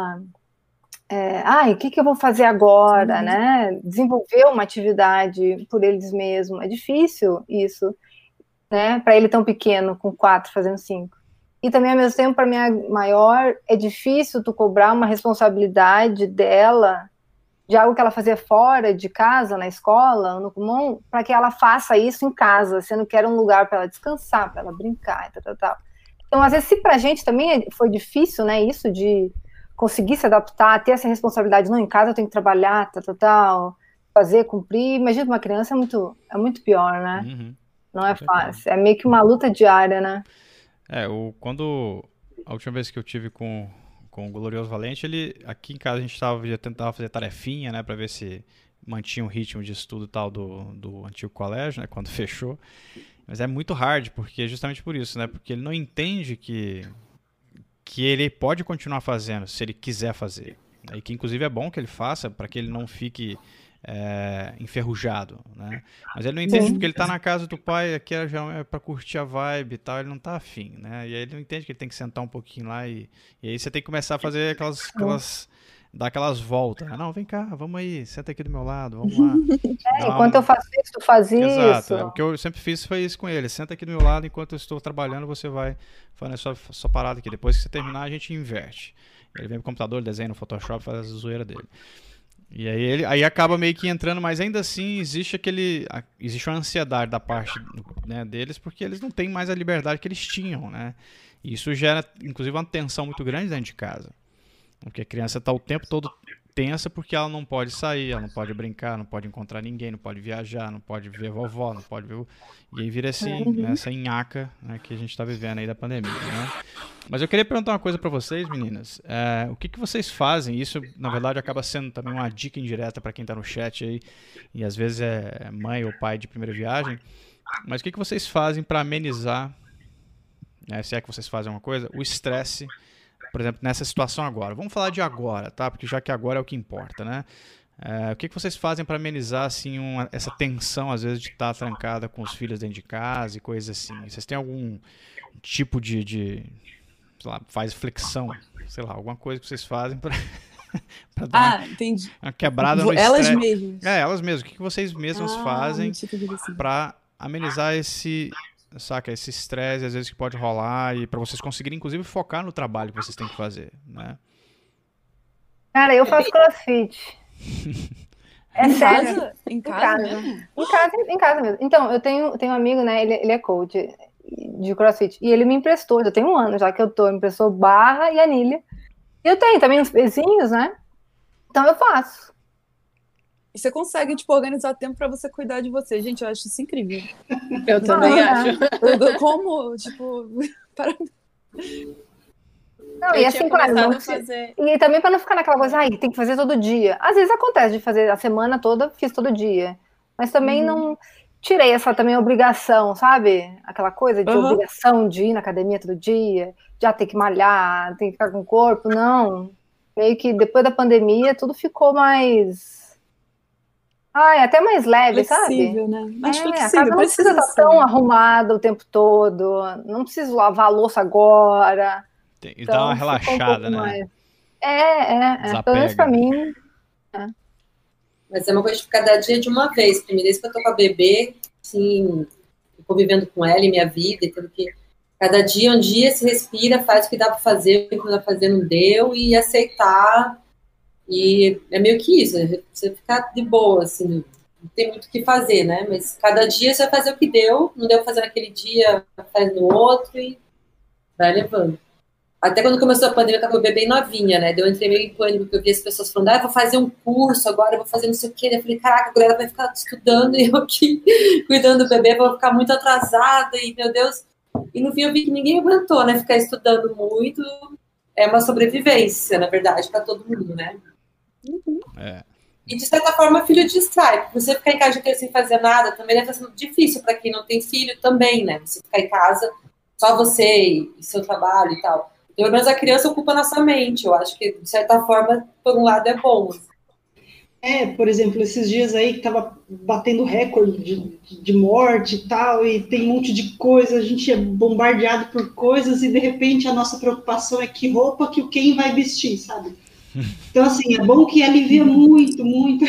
É, ai, o que, que eu vou fazer agora, uhum. né? Desenvolver uma atividade por eles mesmos. É difícil isso, né? Para ele tão pequeno, com quatro, fazendo cinco. E também, ao mesmo tempo, para minha maior, é difícil tu cobrar uma responsabilidade dela de algo que ela fazia fora de casa, na escola, no comum, para que ela faça isso em casa, sendo que era um lugar para ela descansar, para ela brincar, e tal, tal, tal. Então, às vezes, se para a gente também foi difícil, né? Isso de conseguir se adaptar, ter essa responsabilidade, não, em casa eu tenho que trabalhar, tal, tal, tal, fazer, cumprir, imagina uma criança é muito, é muito pior, né? Uhum. Não é fácil, é meio que uma luta diária, né? É, o, quando, a última vez que eu tive com, com o Glorioso Valente, ele, aqui em casa a gente tava, já tentava fazer tarefinha, né, pra ver se mantinha o ritmo de estudo e tal do, do antigo colégio, né, quando fechou, mas é muito hard, porque justamente por isso, né, porque ele não entende que que ele pode continuar fazendo, se ele quiser fazer. E que, inclusive, é bom que ele faça para que ele não fique é, enferrujado, né? Mas ele não entende Sim. porque ele está na casa do pai, aqui já é para curtir a vibe e tal, ele não está afim, né? E aí ele não entende que ele tem que sentar um pouquinho lá e, e aí você tem que começar a fazer aquelas... aquelas dar aquelas voltas. Não, vem cá, vamos aí, senta aqui do meu lado, vamos lá. É, enquanto uma... eu faço isso, tu faz isso. Exato, é, o que eu sempre fiz foi isso com ele, senta aqui do meu lado, enquanto eu estou trabalhando, você vai fazendo a sua, sua parada aqui, depois que você terminar, a gente inverte. Ele vem pro computador, desenha no Photoshop, faz a zoeira dele. E aí ele aí acaba meio que entrando, mas ainda assim existe aquele, existe uma ansiedade da parte, né, deles, porque eles não têm mais a liberdade que eles tinham, né? E isso gera, inclusive, uma tensão muito grande dentro de casa. Porque a criança está o tempo todo tensa porque ela não pode sair, ela não pode brincar, não pode encontrar ninguém, não pode viajar, não pode ver vovó, não pode ver... O... E aí vira assim, uhum. né, essa nhaca, né, que a gente está vivendo aí da pandemia, né? Mas eu queria perguntar uma coisa para vocês, meninas. É, o que, que vocês fazem? Isso, na verdade, acaba sendo também uma dica indireta para quem está no chat aí, e às vezes é mãe ou pai de primeira viagem. Mas o que, que vocês fazem para amenizar, né, se é que vocês fazem uma coisa, o estresse, por exemplo, nessa situação agora. Vamos falar de agora, tá? Porque já que agora é o que importa, né? É, o que, que vocês fazem para amenizar, assim, uma, essa tensão, às vezes, de estar trancada com os filhos dentro de casa e coisas assim? Vocês têm algum tipo de, de sei lá, faz flexão, sei lá, alguma coisa que vocês fazem para dar ah, uma, entendi. uma quebrada no elas estresse? mesmas. É, elas mesmas. O que, que vocês mesmas ah, fazem assim. para amenizar esse... saca, esse estresse às vezes que pode rolar e para vocês conseguirem inclusive focar no trabalho que vocês têm que fazer, né? Cara, eu faço crossfit. É em sério. Casa? Em, em casa? casa mesmo? Em casa, em casa mesmo. Então, eu tenho, tenho um amigo, né? Ele, ele é coach de crossfit e ele me emprestou, já tem um ano já que eu tô, me emprestou barra e anilha. E eu tenho também uns pezinhos, né? Então eu faço. E você consegue, tipo, organizar tempo pra você cuidar de você. Gente, eu acho isso incrível. Eu também ah, acho. Eu, como, tipo... Para... Não, eu e assim, claro, não, fazer... e também para não ficar naquela coisa, ai, tem que fazer todo dia. Às vezes acontece de fazer a semana toda, fiz todo dia. Mas também uhum. não tirei essa também obrigação, sabe? Aquela coisa de uhum. obrigação de ir na academia todo dia, já ter que malhar, tem que ficar com o corpo, não. Meio que depois da pandemia tudo ficou mais... Ai, até mais leve, flexível, sabe? Né? Mais é, flexível, a casa não precisa estar tão arrumada o tempo todo, não preciso lavar a louça agora. Tem, então, dá uma relaxada, um né? Mais. É, é, é. Pelo menos pra mim. É. Mas é uma coisa de cada dia de uma vez. Primeira vez que eu tô com a bebê, assim, convivendo com ela e minha vida, e tudo que... Cada dia, um dia se respira, faz o que dá pra fazer, o que não dá pra fazer não deu, e aceitar. E é meio que isso, você ficar de boa, assim, não tem muito o que fazer, né? Mas cada dia você vai fazer o que deu, não deu pra fazer naquele dia, faz no outro e vai levando. Até quando começou a pandemia, eu tava com o bebê novinha, né? Eu entrei meio em pânico, porque eu vi as pessoas falando, ah, eu vou fazer um curso agora, eu vou fazer não sei o quê. Eu falei, caraca, a galera vai ficar estudando e eu aqui cuidando do bebê, vou ficar muito atrasada e, meu Deus... E no fim eu vi que ninguém aguentou, né? Ficar estudando muito é uma sobrevivência, na verdade, para todo mundo, né? É. E, de certa forma, filho distrai. Porque você ficar em casa inteiro sem fazer nada também deve estar sendo difícil para quem não tem filho também, né? Você ficar em casa, só você e seu trabalho e tal. Pelo menos a criança ocupa a nossa mente. Eu acho que, de certa forma, por um lado é bom. É, por exemplo, esses dias aí que tava batendo recorde de, de morte e tal, e tem um monte de coisa, a gente é bombardeado por coisas, e de repente a nossa preocupação é que roupa que quem vai vestir, sabe? Então, assim, é bom que alivia muito, muito.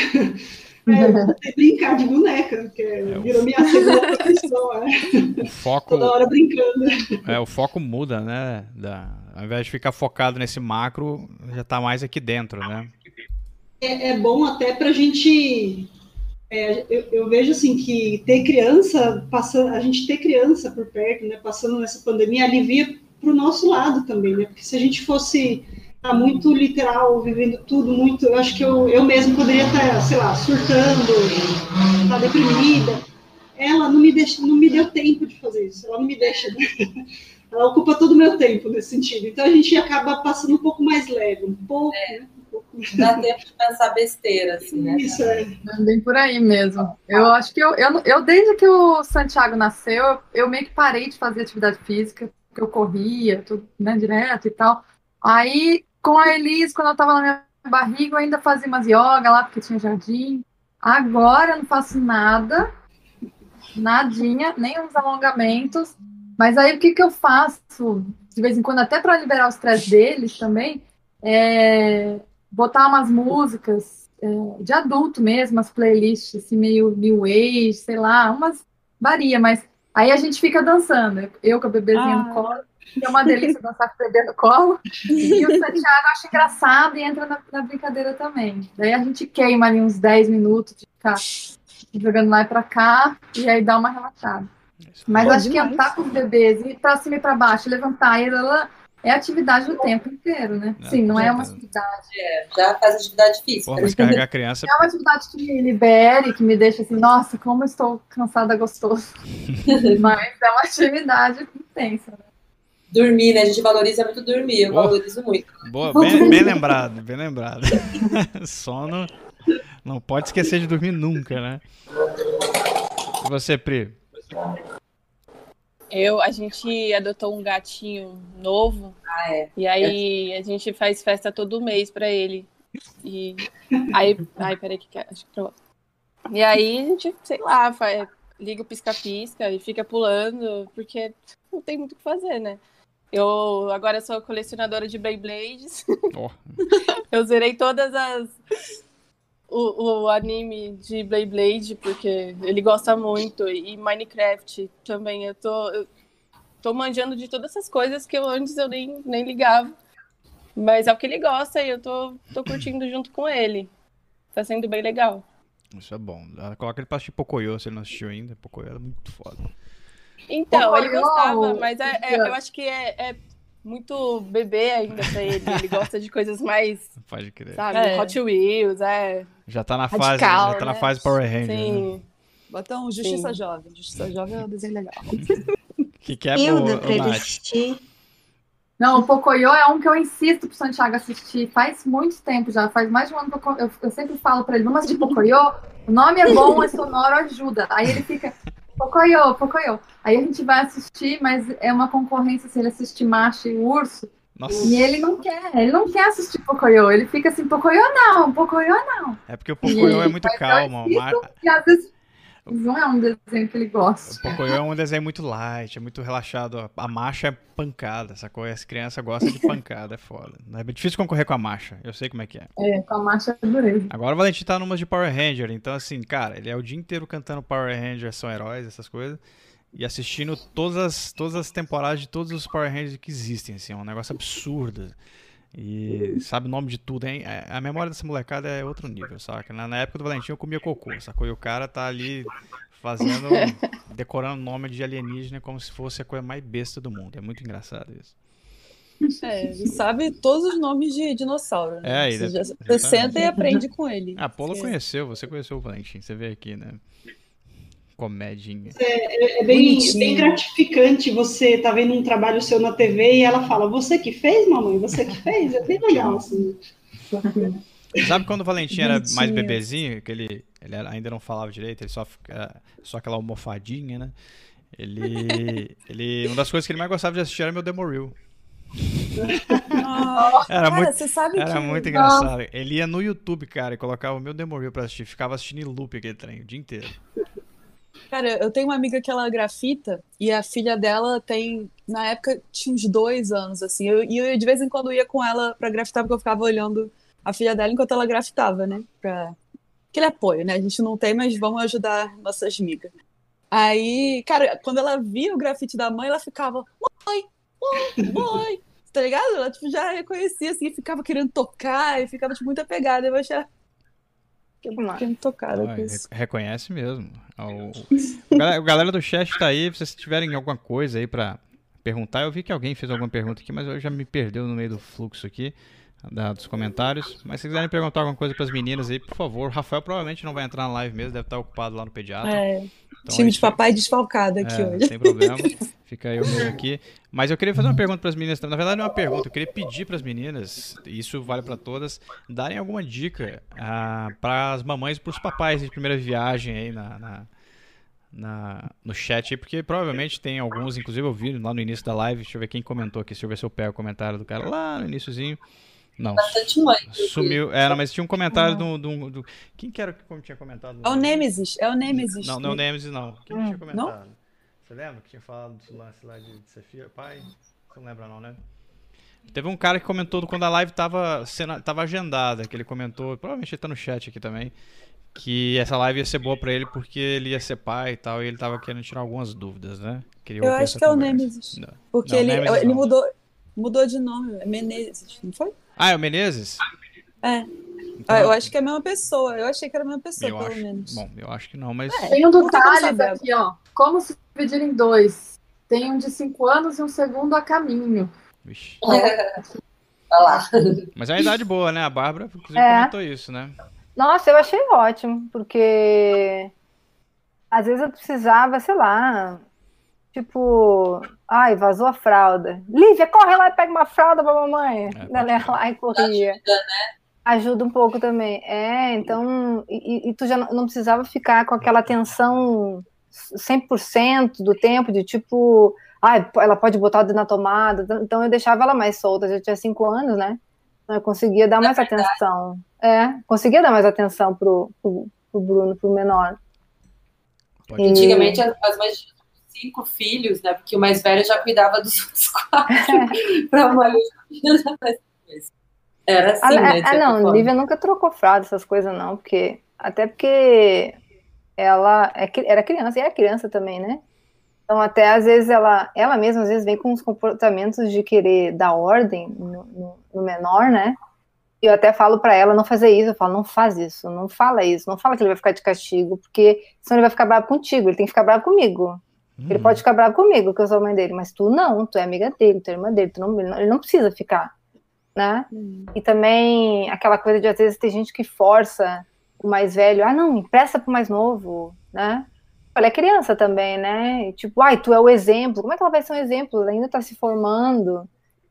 É, brincar de boneca, que é, virou minha segunda profissão, é. O foco, toda hora brincando. É, o foco muda, né? Da, ao invés de ficar focado nesse macro, já tá mais aqui dentro, né? É, é bom até para a gente, é, eu, eu vejo assim que ter criança, passando, a gente ter criança por perto, né, passando nessa pandemia, alivia para o nosso lado também, né? Porque se a gente fosse tá, muito literal, vivendo tudo muito, eu acho que eu, eu mesmo poderia estar, sei lá, surtando, estar deprimida. Ela não me deixa, não me deu tempo de fazer isso, ela não me deixa, né? Ela ocupa todo o meu tempo nesse sentido. Então a gente acaba passando um pouco mais leve, um pouco, é. né? Dá tempo de pensar besteira, assim, né? Isso é. Bem por aí mesmo. Eu acho que eu, eu, eu, desde que o Santiago nasceu, eu, eu meio que parei de fazer atividade física, porque eu corria, tudo, né, direto e tal. Aí, com a Elis, quando eu tava na minha barriga, eu ainda fazia umas yoga lá, porque tinha jardim. Agora eu não faço nada, nadinha, nem uns alongamentos. Mas aí, o que que eu faço, de vez em quando, até para liberar o estresse deles também, é botar umas músicas é, de adulto mesmo, as playlists assim, meio new age, sei lá, umas varia, mas aí a gente fica dançando, eu com a bebezinha ah. no colo, que é uma delícia dançar com o bebê no colo, e o Santiago acha engraçado e entra na, na brincadeira também. Daí a gente queima ali uns dez minutos de ficar jogando lá e pra cá, e aí dá uma relaxada. Mas Pô, acho demais. que entrar com os bebês, ir pra cima e pra baixo, levantar, e ela é atividade o tempo inteiro, né? Não, Sim, não é uma atividade. É, já faz atividade física. Pô, mas carregar a criança... É uma atividade que me libere, que me deixa assim, nossa, como eu estou cansada, gostoso. Mas é uma atividade intensa, né? Dormir, né? A gente valoriza muito dormir, eu oh, valorizo muito. Boa, bem, bem lembrado, bem lembrado. Sono, não pode esquecer de dormir nunca, né? E você, Pri? Eu, a gente adotou um gatinho novo, ah, é. E aí a gente faz festa todo mês pra ele. E aí, ai, peraí, que que é? Acho que pra... E aí a gente, sei lá, faz, liga o pisca-pisca e fica pulando, porque não tem muito o que fazer, né? Eu agora sou colecionadora de Beyblades. Oh. Eu zerei todas as... O, o anime de Beyblade, porque ele gosta muito, e Minecraft também. Eu tô, eu tô manjando de todas essas coisas que eu antes eu nem, nem ligava. Mas é o que ele gosta e eu tô, tô curtindo junto com ele. Tá sendo bem legal. Isso é bom. Coloca ele pra assistir Pocoyo, se ele não assistiu ainda. Pocoyo é muito foda. Então, Pocoyo. Ele gostava, mas é, é, eu acho que é... é... muito bebê ainda pra ele. Ele gosta de coisas mais... Pode crer. Sabe? É. Hot Wheels, é... Já tá na Radical, fase, já tá né? na fase Power Ranger. Sim. Né? Bota um Justiça Sim. Jovem. Justiça Jovem é um desenho legal. Que que é Hilda, pro, pra ele assistir. Não, o Pocoyo é um que eu insisto pro Santiago assistir. Faz muito tempo já. Faz mais de um ano que eu, eu, eu sempre falo pra ele, vamos assistir Pocoyo? O nome é bom, é sonoro, ajuda. Aí ele fica... Pocoyo, Pocoyo. Aí a gente vai assistir, mas é uma concorrência se ele assistir Macho e Urso. Nossa. E ele não quer, ele não quer assistir Pocoyo. Ele fica assim, Pocoyo não, Pocoyo não. É porque o Pocoyo é muito calmo. Mar... E às vezes não é um desenho que ele gosta. O Pocoyo é um desenho muito light, é muito relaxado. A marcha é pancada, sacou? As crianças gostam de pancada, é foda. É difícil concorrer com a marcha, eu sei como é que é. É, com a marcha é dureza. Agora o Valentim tá numas de Power Ranger, então assim, cara, ele é o dia inteiro cantando Power Ranger, são heróis, essas coisas, e assistindo todas as, todas as temporadas de todos os Power Rangers que existem, assim, é um negócio absurdo. E sabe o nome de tudo, hein? A memória dessa molecada é outro nível, saca? Na época do Valentim eu comia cocô, sacou? E o cara tá ali fazendo, decorando nome de alienígena como se fosse a coisa mais besta do mundo. É muito engraçado isso. É, ele sabe todos os nomes de dinossauro, né? É, ele você, já, você senta e aprende com ele. A Paula conheceu, você conheceu o Valentim, você veio aqui, né? Comedinha. É, é bem, bem gratificante você tá vendo um trabalho seu na T V e ela fala, você que fez, mamãe? Você que fez? É bem legal, assim. Sabe quando o Valentim era mais Bonitinho. bebezinho, que ele, ele era- ainda não falava direito, ele só, fica- só aquela almofadinha, né? Ele, ele, uma das coisas que ele mais gostava de assistir era meu Demoril. Ah, Era cara, muito, você sabe era que... muito engraçado. Ele ia no YouTube, cara, e colocava o meu Demoril pra assistir. Ficava assistindo em loop aquele trem o dia inteiro. Cara, eu tenho uma amiga que ela grafita e a filha dela tem, na época, tinha uns dois anos, assim. Eu- E eu, de vez em quando, ia com ela pra grafitar, porque eu ficava olhando a filha dela enquanto ela grafitava, né? Pra... Aquele apoio, né? A gente não tem, mas vamos ajudar nossas migas. Aí, cara, quando ela via o grafite da mãe, ela ficava, mãe, mãe, mãe, tá ligado? Ela, tipo, já reconhecia, assim, ficava querendo tocar e ficava, tipo, muito apegada. Eu achei, fiquei Mas- fiquei muito tocada Ah, com re- isso. reconhece mesmo. O, o galera, o galera do chat tá aí, se vocês tiverem alguma coisa aí pra perguntar. Eu vi que alguém fez alguma pergunta aqui, mas eu já me perdeu no meio do fluxo aqui da- dos comentários. Mas se quiserem perguntar alguma coisa pras meninas aí, por favor. O Rafael provavelmente não vai entrar na live mesmo, deve estar ocupado lá no pediatra. É, Então, time é de isso aí. papai desfalcado aqui É, hoje. sem problema. Fica aí o meu aqui. Mas eu queria fazer uma pergunta para as meninas. Na verdade, não é uma pergunta. Eu queria pedir para as meninas, e isso vale para todas, darem alguma dica para as mamães e para os papais de primeira viagem aí na, na, na- no chat aí, porque provavelmente tem alguns, inclusive eu vi lá no início da live. Deixa eu ver quem comentou aqui. Deixa eu ver se eu pego o comentário do cara lá no iniciozinho. Não, Bastante mãe. sumiu. É, não, mas tinha um comentário do, do, do- Quem que era que tinha comentado? É o Nemesis, é o Nemesis. Não, não é o Nemesis, não. Quem que tinha Hum, comentado? Você lembra que tinha falado do lance lá de, de ser filho, pai? Você não lembra não, né? Teve um cara que comentou quando a live tava, sendo, tava agendada, que ele comentou, provavelmente ele tá no chat aqui também, que essa live ia ser boa pra ele porque ele ia ser pai e tal, e ele tava querendo tirar algumas dúvidas, né? Queria Eu ouvir acho essa que é o conversa. Nemesis. Não. Porque Não, ele, Nemesis ele não. mudou, mudou de nome, é Menezes, não foi? Ah, é o Menezes? É. Então, Ah, eu acho que é a mesma pessoa. Eu achei que era a mesma pessoa, eu pelo acho- menos. Bom, eu acho que não, mas... É. Tem um do Não tem como Thales saber. aqui, ó. Como se dividir em dois. Tem um de cinco anos e um segundo a caminho. Vixe. Olha lá. Mas é uma idade boa, né? A Bárbara, inclusive, É. comentou isso, né? Nossa, eu achei ótimo, porque às vezes eu precisava, sei lá, tipo, ai, vazou a fralda. Lívia, corre lá e pega uma fralda pra mamãe. É, pode Ela ia crer. lá e corria. Ajuda um pouco também. É, então, e, e- e tu já não, não precisava ficar com aquela tensão cem por cento do tempo, de tipo, ai, ela pode botar o dedo na tomada. Então eu deixava ela mais solta, já tinha cinco anos, né? Então eu conseguia dar mais atenção. É, conseguia dar mais atenção pro, pro, pro Bruno, pro menor. Pode E- Antigamente as, as mães tinham cinco filhos, né? Porque o mais velho já cuidava dos outros quatro. Pra mãe. Era assim, Ah, né? de ah, certa não, forma. Lívia nunca trocou fralda, essas coisas não, porque até porque ela é, cri- era criança e é criança também, né? Então até às vezes ela, ela mesma às vezes vem com os comportamentos de querer dar ordem no, no- no menor, né? E eu até falo pra ela não fazer isso, eu falo, não faz isso, não fala isso, não fala que ele vai ficar de castigo, porque senão ele vai ficar bravo contigo, ele tem que ficar bravo comigo. Ele Uhum. pode ficar bravo comigo, que eu sou a mãe dele, mas tu não, tu é amiga dele, tu é irmã dele, tu não, ele não- ele não precisa ficar, né? E também aquela coisa de às vezes tem gente que força o mais velho, ah não, empresta pro mais novo, né? Ela é criança também, né? E tipo, ai, tu é o exemplo, como é que ela vai ser um exemplo? Ela ainda tá se formando.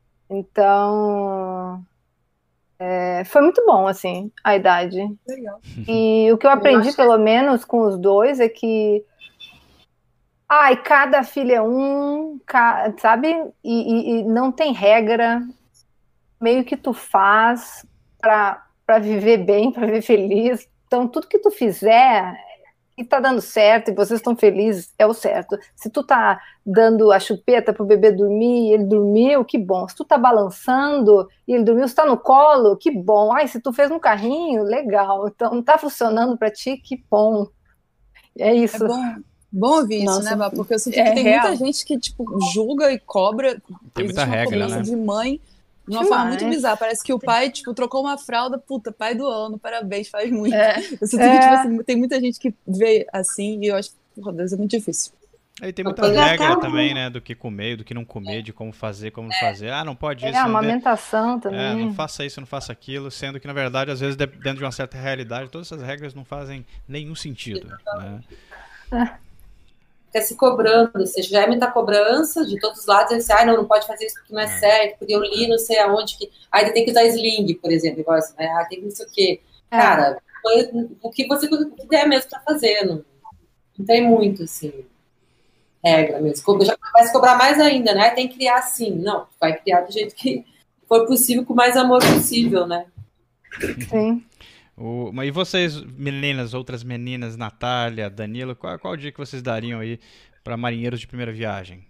Então, é, foi muito bom, assim, a idade. Legal. E o que eu aprendi, pelo menos, com os dois, é que ai, cada filho é um, ca- sabe? E, e- e não tem regra, meio que tu faz pra para viver bem, pra viver feliz. Então, tudo que tu fizer e tá dando certo e vocês estão felizes, é o certo. Se tu tá dando a chupeta pro bebê dormir e ele dormiu, que bom. Se tu tá balançando e ele dormiu, se tá no colo, que bom. Ai, se tu fez um carrinho, legal. Então, tá funcionando pra ti, que bom. É É isso. bom, bom ouvir isso, Nossa, né, Bá? Porque eu senti é que tem real. muita gente que, tipo, julga e cobra. Tem muita Existe uma regra, cobrança né? de mãe de uma Demais. forma muito bizarra. Parece que o pai, tipo, trocou uma fralda, puta, pai do ano, parabéns, faz muito. É. Eu sinto É. que, tipo assim, tem muita gente que vê assim e eu acho que, porra, Deus, é muito difícil. Aí tem muita Tem regra até- também, né? Do que comer, do que não comer, de como fazer, como não fazer. Ah, não pode É, isso, a não, de- amamentação é, também. não faça isso, não faça aquilo, sendo que, na verdade, às vezes, de- dentro de uma certa realidade, todas essas regras não fazem nenhum sentido, né? fica se cobrando, ou seja, já é muita cobrança de todos os lados, assim, ah, não, não pode fazer isso porque não é certo, porque eu li não sei aonde, que... aí tem que usar sling, por exemplo, igual assim, ah, tem que não sei o quê. É. Cara, o que você o que der mesmo para fazer, não, não tem muito, assim, regra mesmo. Já vai se cobrar mais ainda, né? Tem que criar assim, não, vai criar do jeito que for possível, com o mais amor possível, né? Sim. O, mas e vocês, meninas, outras meninas, Natália, Danilo, qual, qual o dia que vocês dariam aí para marinheiros de primeira viagem?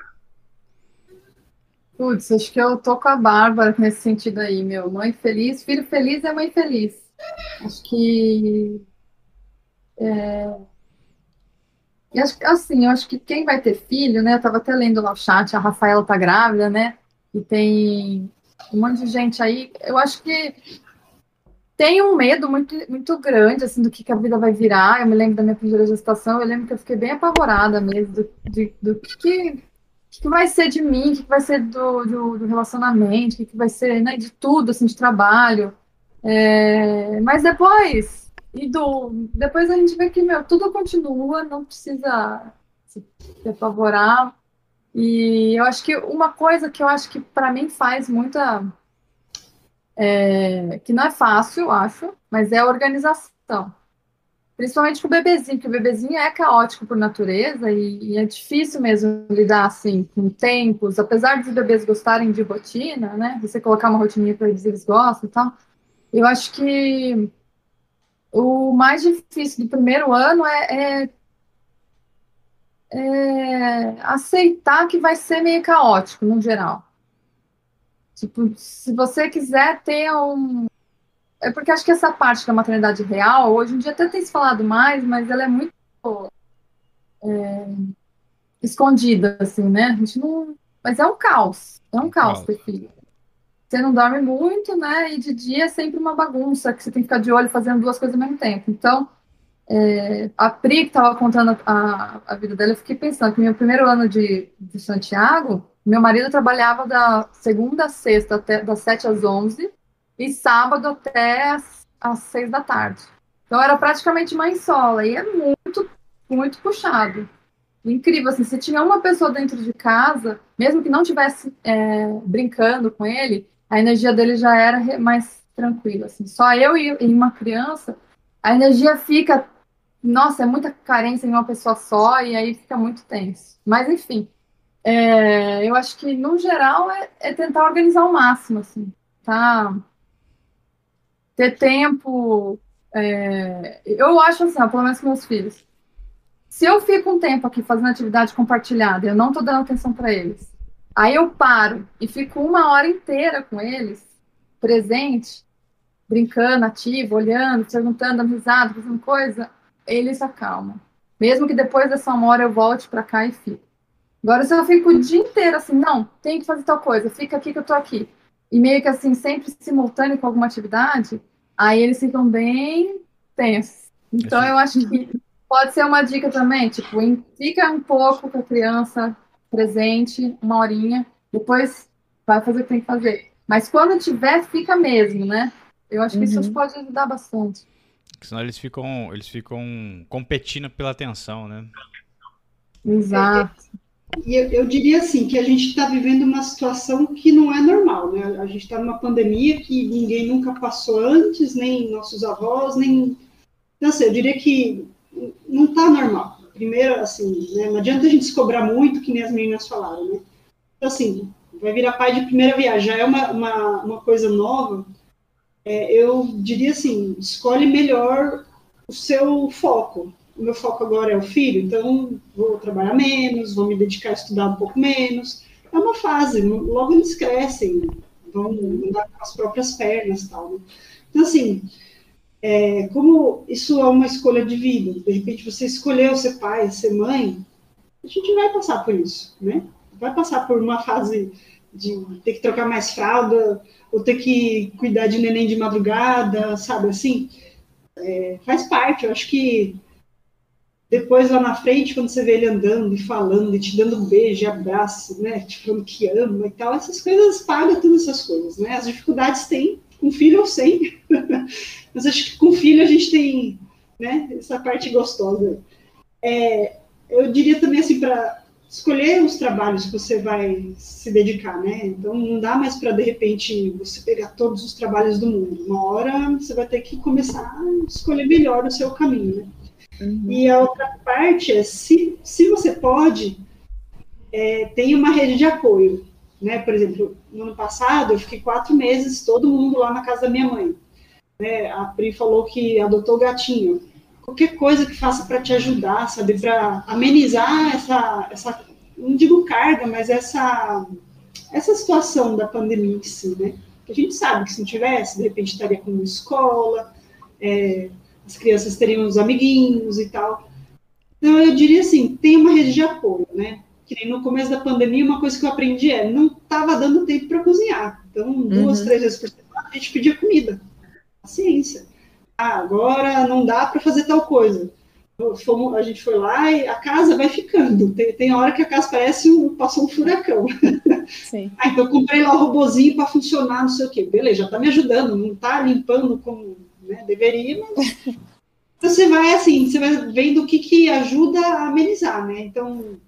Putz, acho que eu tô com a Bárbara nesse sentido aí, meu. Mãe feliz, filho feliz é mãe feliz. Acho que... É... E acho, assim, eu acho que quem vai ter filho, né? Eu tava até lendo lá o chat, a Rafaela tá grávida, né? E tem um monte de gente aí. Eu acho que tem um medo muito, muito grande, assim, do que, que a vida vai virar. Eu me lembro da minha primeira gestação, eu lembro que eu fiquei bem apavorada mesmo, do, de, do que, que, que vai ser de mim, o que vai ser do, do, do relacionamento, o que, que vai ser, né, de tudo, assim, de trabalho. É, mas depois, e do, depois a gente vê que, meu, tudo continua, não precisa se, se apavorar. E eu acho que uma coisa que eu acho que para mim faz muita... É, que não é fácil, eu acho, mas é a organização. Principalmente com o bebezinho, porque o bebezinho é caótico por natureza e, e é difícil mesmo lidar assim com tempos, apesar dos bebês gostarem de rotina, né? Você colocar uma rotininha para eles, eles gostam e tal. Eu acho que o mais difícil do primeiro ano é, é, é aceitar que vai ser meio caótico, no geral. Tipo, se você quiser ter um... É porque acho que essa parte da maternidade real, hoje em dia até tem se falado mais, mas ela é muito é, escondida, assim, né? A gente não... Mas é um caos. É um caos ter filho. Você não dorme muito, né? E de dia é sempre uma bagunça, que você tem que ficar de olho fazendo duas coisas ao mesmo tempo. Então, é, a Pri, que estava contando a, a vida dela, eu fiquei pensando que no meu primeiro ano de, de Santiago, meu marido trabalhava da segunda a sexta, até, das sete às onze, e sábado até as, às seis da tarde. Então, era praticamente mãe sola, e é muito, muito puxado. Incrível, assim, se tinha uma pessoa dentro de casa, mesmo que não estivesse é, brincando com ele, a energia dele já era mais tranquila, assim. Só eu e, e uma criança, a energia fica... Nossa, é muita carência em uma pessoa só, e aí fica muito tenso. Mas, enfim, é, eu acho que, no geral, é, é tentar organizar ao máximo, assim, tá? Ter tempo... É, eu acho assim, ó, pelo menos com meus filhos, se eu fico um tempo aqui fazendo atividade compartilhada e eu não estou dando atenção para eles, aí eu paro e fico uma hora inteira com eles, presente, brincando, ativo, olhando, perguntando, dando risada, fazendo coisa, eles acalmam. Mesmo que depois dessa uma hora eu volte para cá e fico. Agora, se eu fico o dia inteiro assim, não, tem que fazer tal coisa, fica aqui que eu tô aqui, e meio que assim, sempre simultâneo com alguma atividade, aí eles ficam bem tensos. Então, eu acho que pode ser uma dica também, tipo, fica um pouco com a criança presente, uma horinha, depois vai fazer o que tem que fazer. Mas quando tiver, fica mesmo, né? Eu acho que uhum. isso pode ajudar bastante. Porque senão eles ficam, eles ficam competindo pela atenção, né? Exato. E eu, eu diria assim, que a gente está vivendo uma situação que não é normal, né? A gente está numa pandemia que ninguém nunca passou antes, nem nossos avós, nem... Então, assim, eu diria que não está normal. Primeiro, assim, né, não adianta a gente se cobrar muito, que nem as meninas falaram, né? Então, assim, vai virar pai de primeira viagem, já é uma, uma, uma coisa nova. É, eu diria assim, escolhe melhor o seu foco. O meu foco agora é o filho, então vou trabalhar menos, vou me dedicar a estudar um pouco menos. É uma fase, logo eles crescem, vão andar com as próprias pernas e tal, né? Então, assim... É, como isso é uma escolha de vida, de repente você escolheu ser pai, ser mãe, a gente vai passar por isso, né? Vai passar por uma fase de ter que trocar mais fralda, ou ter que cuidar de neném de madrugada, sabe, assim, é, faz parte. Eu acho que depois lá na frente, quando você vê ele andando e falando, e te dando um beijo e abraço, né, te falando que ama e tal, essas coisas pagam todas essas coisas, né? As dificuldades tem, com filho ou sem, mas acho que com filho a gente tem, né, essa parte gostosa. É, eu diria também assim, para escolher os trabalhos que você vai se dedicar, né? Então, não dá mais para, de repente, você pegar todos os trabalhos do mundo. Uma hora você vai ter que começar a escolher melhor o seu caminho, né? Uhum. E a outra parte é, se, se você pode, é, tem uma rede de apoio, né? Por exemplo, no ano passado, eu fiquei quatro meses, todo mundo lá na casa da minha mãe. Né? A Pri falou que adotou o gatinho. Qualquer coisa que faça para te ajudar, sabe? Para amenizar essa, essa, não digo carga, mas essa, essa situação da pandemia em si, né? Que a gente sabe que se não tivesse, de repente estaria com uma escola, é, as crianças teriam os amiguinhos e tal. Então, eu diria assim, tem uma rede de apoio, né? Que nem no começo da pandemia, uma coisa que eu aprendi é, não estava dando tempo para cozinhar. Então, duas, uhum. três vezes por semana, a gente pedia comida. Paciência. Ah, agora não dá para fazer tal coisa. Fomos, a gente foi lá e a casa vai ficando. Tem, tem hora que a casa parece um, passou um furacão. Sim. Ah, então eu comprei lá o robozinho para funcionar, não sei o quê. Beleza, já está me ajudando, não está limpando como, né, deveria, mas... Então você vai assim, você vai vendo o que, que ajuda a amenizar, né? Então,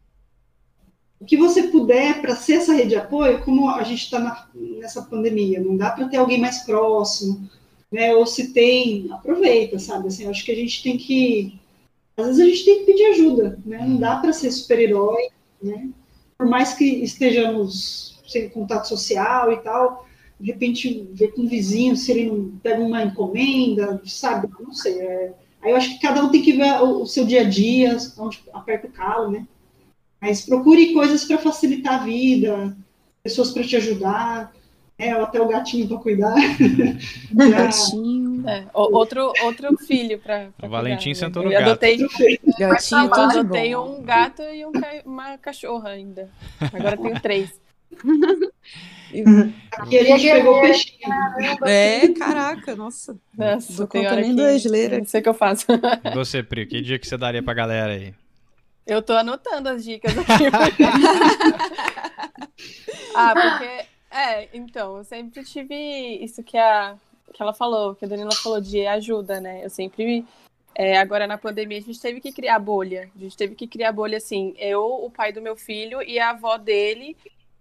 o que você puder para ser essa rede de apoio, como a gente está nessa pandemia, não dá para ter alguém mais próximo, né? Ou se tem, aproveita, sabe? Assim, eu acho que a gente tem que, às vezes a gente tem que pedir ajuda, né? Não dá para ser super-herói, né? Por mais que estejamos sem contato social e tal, de repente ver com um vizinho se ele não pega uma encomenda, sabe? Não sei. É... Aí eu acho que cada um tem que ver o, o seu dia a dia, onde aperta o calo, né? Mas procure coisas para facilitar a vida, pessoas para te ajudar, né? Ou até o gatinho para cuidar. Gatinho. É, outro, outro filho para O Valentim cuidar, sentou né? no Eu gato. adotei, Gatinho, eu tudo de adotei bom. um gato e um ca... uma cachorra ainda. Agora tenho três. Aqui a gente pegou peixinho. É, caraca, nossa. Nossa, Não tem conta hora nem que duas letras. não sei o que eu faço. E você, Pri, que dia que você daria pra galera aí? Eu tô anotando as dicas aqui. Ah, porque... É, então, eu sempre tive isso que, a, que ela falou, que a Danila falou de ajuda, né? Eu sempre... É, agora, na pandemia, a gente teve que criar bolha. A gente teve que criar bolha, assim, eu, o pai do meu filho e a avó dele,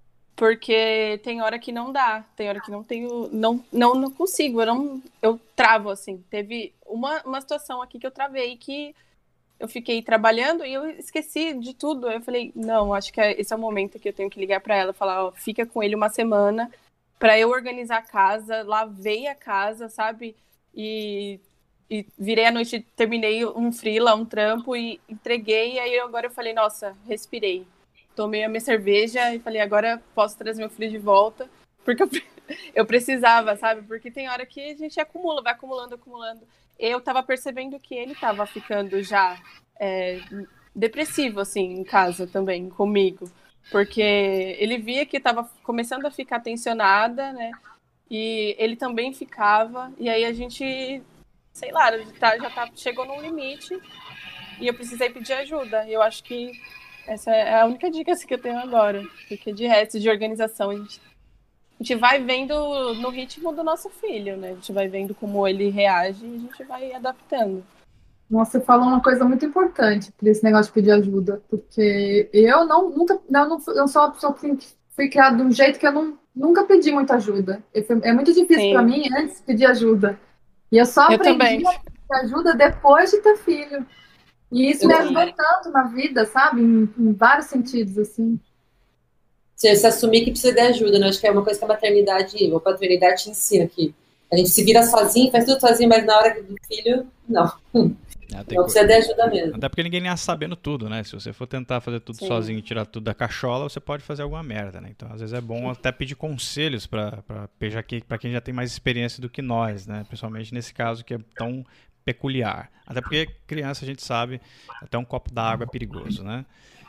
porque tem hora que não dá, tem hora que não tenho, não, não, não consigo, eu não, eu travo, assim. Teve uma, uma situação aqui que eu travei, que eu fiquei trabalhando e eu esqueci de tudo. Eu falei, não, acho que esse é o momento que eu tenho que ligar para ela, falar, ó, fica com ele uma semana para eu organizar a casa, lavei a casa, sabe? E... E virei à noite, terminei um freela, um trampo e entreguei. E aí agora eu falei, nossa, respirei. Tomei a minha cerveja e falei, agora posso trazer meu filho de volta. Porque eu, eu precisava, sabe? Porque tem hora que a gente acumula, vai acumulando, acumulando. Eu tava percebendo que ele tava ficando já é, depressivo, assim, em casa também, comigo. Porque ele via que tava começando a ficar tensionada, né? E ele também ficava. E aí a gente... sei lá, tá, já tá, chegou num limite e eu precisei pedir ajuda. Eu acho que essa é a única dica assim, que eu tenho agora. Porque de resto, de organização, a gente, a gente vai vendo no ritmo do nosso filho, né? A gente vai vendo como ele reage e a gente vai adaptando. Nossa, você falou uma coisa muito importante para esse negócio de pedir ajuda, porque eu não, nunca, eu não, eu sou uma pessoa que fui criada de um jeito que eu não, nunca pedi muita ajuda. É muito difícil para mim antes pedir ajuda. E eu só eu aprendi também. a pedir ajuda depois de ter filho. E isso Eu me também. ajudou tanto na vida, sabe? Em, em vários sentidos, assim. Você se assumir que precisa de ajuda, né? Acho que é uma coisa que a maternidade, a paternidade te ensina aqui. A gente se vira sozinho, faz tudo sozinho, mas na hora do filho, não. É, não precisa de ajuda mesmo. Até porque ninguém nem sabendo tudo, né? Se você for tentar fazer tudo Sim. sozinho e tirar tudo da cachola, você pode fazer alguma merda, né? Então, às vezes é bom até pedir conselhos para para quem já tem mais experiência do que nós, né? Principalmente nesse caso que é tão peculiar. Até porque criança, a gente sabe, até um copo d'água é perigoso, né?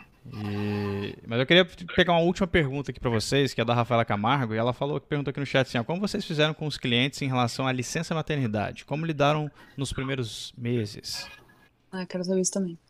E... Mas eu queria pegar uma última pergunta aqui para vocês, que é da Rafaela Camargo, e ela falou, perguntou aqui no chat assim, ó, como vocês fizeram com os clientes em relação à licença maternidade? Como lidaram nos primeiros meses? Ah, quero saber isso também.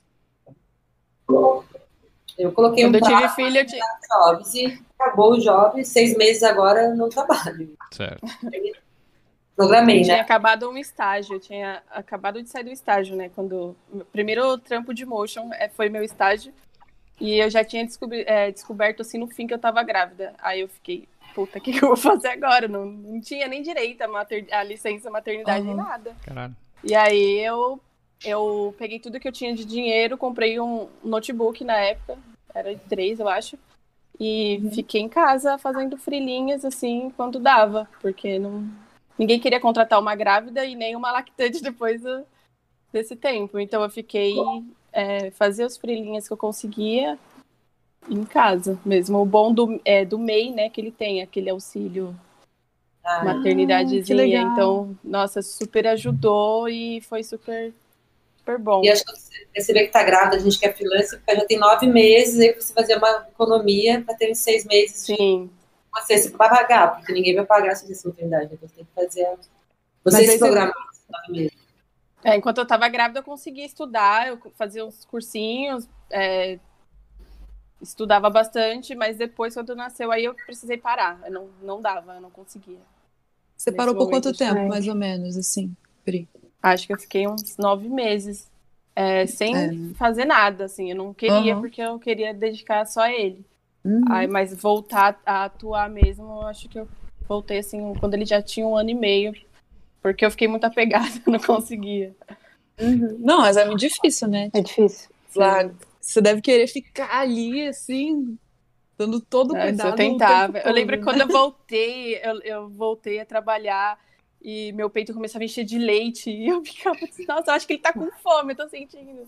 Eu coloquei Quando um eu tive prazo filho, eu tive... jobs e acabou o job, seis meses agora não trabalho. Certo. Programei, Eu tinha né? acabado um estágio, eu tinha acabado de sair do estágio, né? Quando o primeiro trampo de motion é, foi meu estágio. E eu já tinha descobri, é, descoberto, assim, no fim que eu tava grávida. Aí eu fiquei, puta, o que, que eu vou fazer agora? Não, não tinha nem direito a, mater, a licença maternidade, nem Uhum. nada. Caralho. E aí eu, eu peguei tudo que eu tinha de dinheiro, comprei um notebook na época, era de três, eu acho. E Uhum. fiquei em casa fazendo freelinhas, assim, quando dava. Porque não, ninguém queria contratar uma grávida e nem uma lactante depois do, desse tempo. Então eu fiquei... É, fazer os freelinhas que eu conseguia em casa mesmo. O bom do, é, do M E I, né, que ele tem aquele auxílio Ah, que maternidadezinha. legal. Então, nossa, super ajudou e foi super, super bom. e acho que você, você vê que tá grávida, a gente que é freelancer, já tem nove meses, aí você fazer uma economia para ter uns seis meses de Sim, você para pagar, porque ninguém vai pagar essa licença maternidade. Então você tem que fazer. a- Mas Você aí se você- programar esses nove meses. é, enquanto eu tava grávida eu conseguia estudar, eu fazia uns cursinhos, é, estudava bastante, mas depois quando nasceu aí eu precisei parar, eu não, não dava, eu não conseguia. Você Nesse parou por momento, quanto tempo, gente. mais ou menos, assim, Pri? Acho que eu fiquei uns nove meses é, sem É. fazer nada, assim. Eu não queria, Uhum. porque eu queria dedicar só a ele. Uhum. Aí, mas voltar a atuar mesmo, eu acho que eu voltei, assim, quando ele já tinha um ano e meio. Porque eu fiquei muito apegada, não conseguia. Uhum. Não, mas é muito difícil, né? É difícil. Lá, você deve querer ficar ali, assim, dando todo o Nossa, cuidado eu o tempo tentava. Eu todo, lembro que né? quando eu voltei, eu, eu voltei a trabalhar e meu peito começava a encher de leite. E eu ficava assim, nossa, eu acho que ele tá com fome, eu tô sentindo.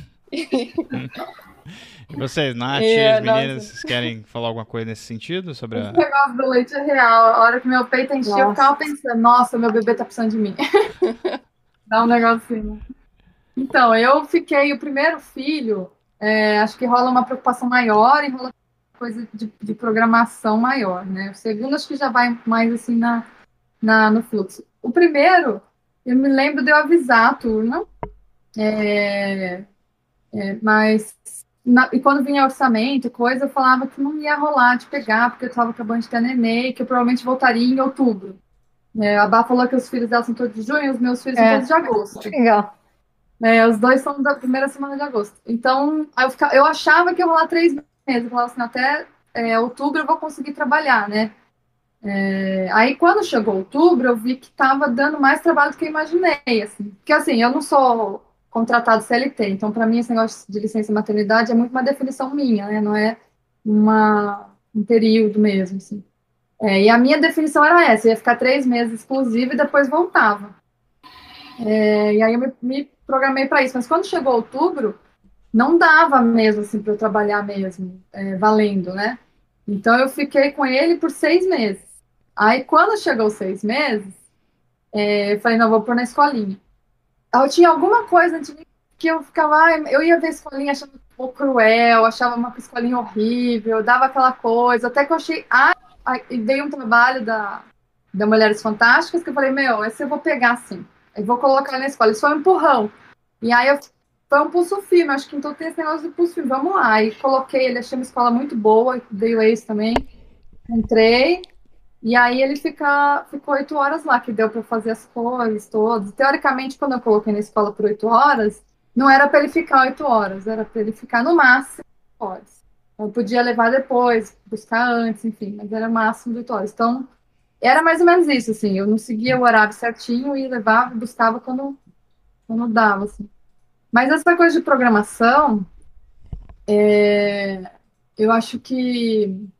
E vocês, Nath, É, as meninas, nossa. vocês querem falar alguma coisa nesse sentido sobre Esse a... negócio do leite é real. A hora que meu peito enchia, eu Nossa. ficava pensando, nossa, meu bebê tá precisando de mim. Dá um negocinho. Então, eu fiquei, o primeiro filho, é, acho que rola uma preocupação maior e rola coisa de, de programação maior, né? O segundo, acho que já vai mais assim na, na, no fluxo. O primeiro, eu me lembro de eu avisar a turma, é, é, mas na- e quando vinha orçamento e coisa, eu falava que não ia rolar de pegar, porque eu estava acabando de ter nenê, que eu provavelmente voltaria em outubro. É, a Bá falou que os filhos dela são todos de junho, os meus filhos É. são todos de agosto. Legal. É, os dois são da primeira semana de agosto. Então, aí eu, ficava, eu achava que ia rolar três meses. Eu falava assim, até é, outubro eu vou conseguir trabalhar, né? É, aí, quando chegou outubro, eu vi que estava dando mais trabalho do que eu imaginei, assim. Porque, assim, eu não sou contratado C L T, então, para mim, esse negócio de licença maternidade é muito uma definição minha, né? Não é uma, um período mesmo, assim. É, e a minha definição era essa, eu ia ficar três meses exclusivo e depois voltava. É, e aí eu me, me programei para isso, mas quando chegou outubro, não dava mesmo assim para eu trabalhar mesmo, é, valendo, né? Então eu fiquei com ele por seis meses. Aí quando chegou os seis meses, é, eu falei, não, vou pôr na escolinha. Aí eu tinha alguma coisa de mim que eu ficava, ai, eu ia ver a escolinha achando um pouco cruel, achava uma escolinha horrível, dava aquela coisa, até que eu achei, ai, ai, e veio um trabalho da, da Mulheres Fantásticas que eu falei, meu, esse eu vou pegar assim. Eu vou colocar na escola. Isso foi um empurrão. E aí eu, foi um pulso firme. Acho que então tem esse negócio de pulso firme. Vamos lá. E coloquei ele, achei uma escola muito boa. Veio esse também. Entrei. E aí ele fica, ficou oito horas lá, que deu para fazer as coisas todas. Teoricamente, quando eu coloquei na escola por oito horas, não era para ele ficar oito horas, era para ele ficar no máximo oito horas. Eu podia levar depois, buscar antes, enfim, mas era máximo de oito horas. Então, era mais ou menos isso, assim, eu não seguia o horário certinho e levava, buscava quando, quando dava, assim. Mas essa coisa de programação, é, eu acho que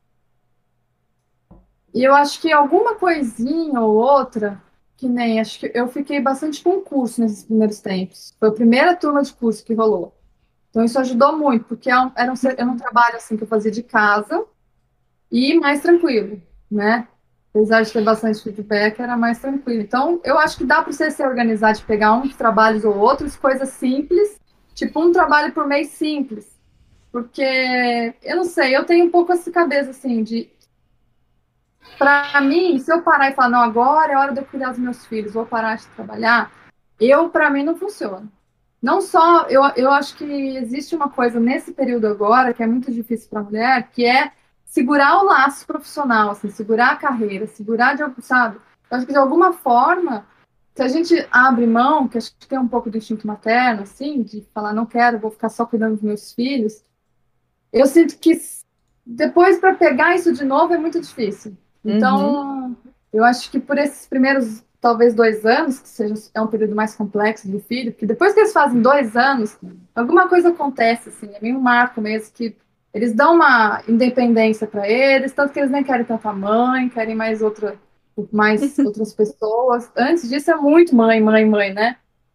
eu acho que alguma coisinha ou outra, que nem, acho que eu fiquei bastante com curso nesses primeiros tempos. Foi a primeira turma de curso que rolou. Então isso ajudou muito, porque era um, era um, era um trabalho assim que eu fazia de casa e mais tranquilo, né? Apesar de ter bastante feedback, era mais tranquilo. Então, eu acho que dá para você se organizar de pegar uns trabalhos ou outros, coisas simples, tipo um trabalho por mês simples. Porque, eu não sei, eu tenho um pouco essa cabeça, assim, de... Para mim, se eu parar e falar, não, agora é hora de eu cuidar dos meus filhos, vou parar de trabalhar, eu, para mim, não funciona. Não só, eu, eu acho que existe uma coisa nesse período agora, que é muito difícil para a mulher, que é segurar o laço profissional, assim, segurar a carreira, segurar de, sabe? Eu acho que de alguma forma, se a gente abre mão, que acho que tem um pouco do instinto materno, assim, de falar, não quero, vou ficar só cuidando dos meus filhos, eu sinto que depois para pegar isso de novo é muito difícil. Então, uhum. eu acho que por esses primeiros, talvez dois anos, que seja é um período mais complexo do filho, porque depois que eles fazem dois anos, alguma coisa acontece, assim, é meio um marco mesmo, que eles dão uma independência para eles, tanto que eles nem querem tanta mãe, querem mais outra, mais outras pessoas. Antes disso é muito mãe, mãe, mãe, né?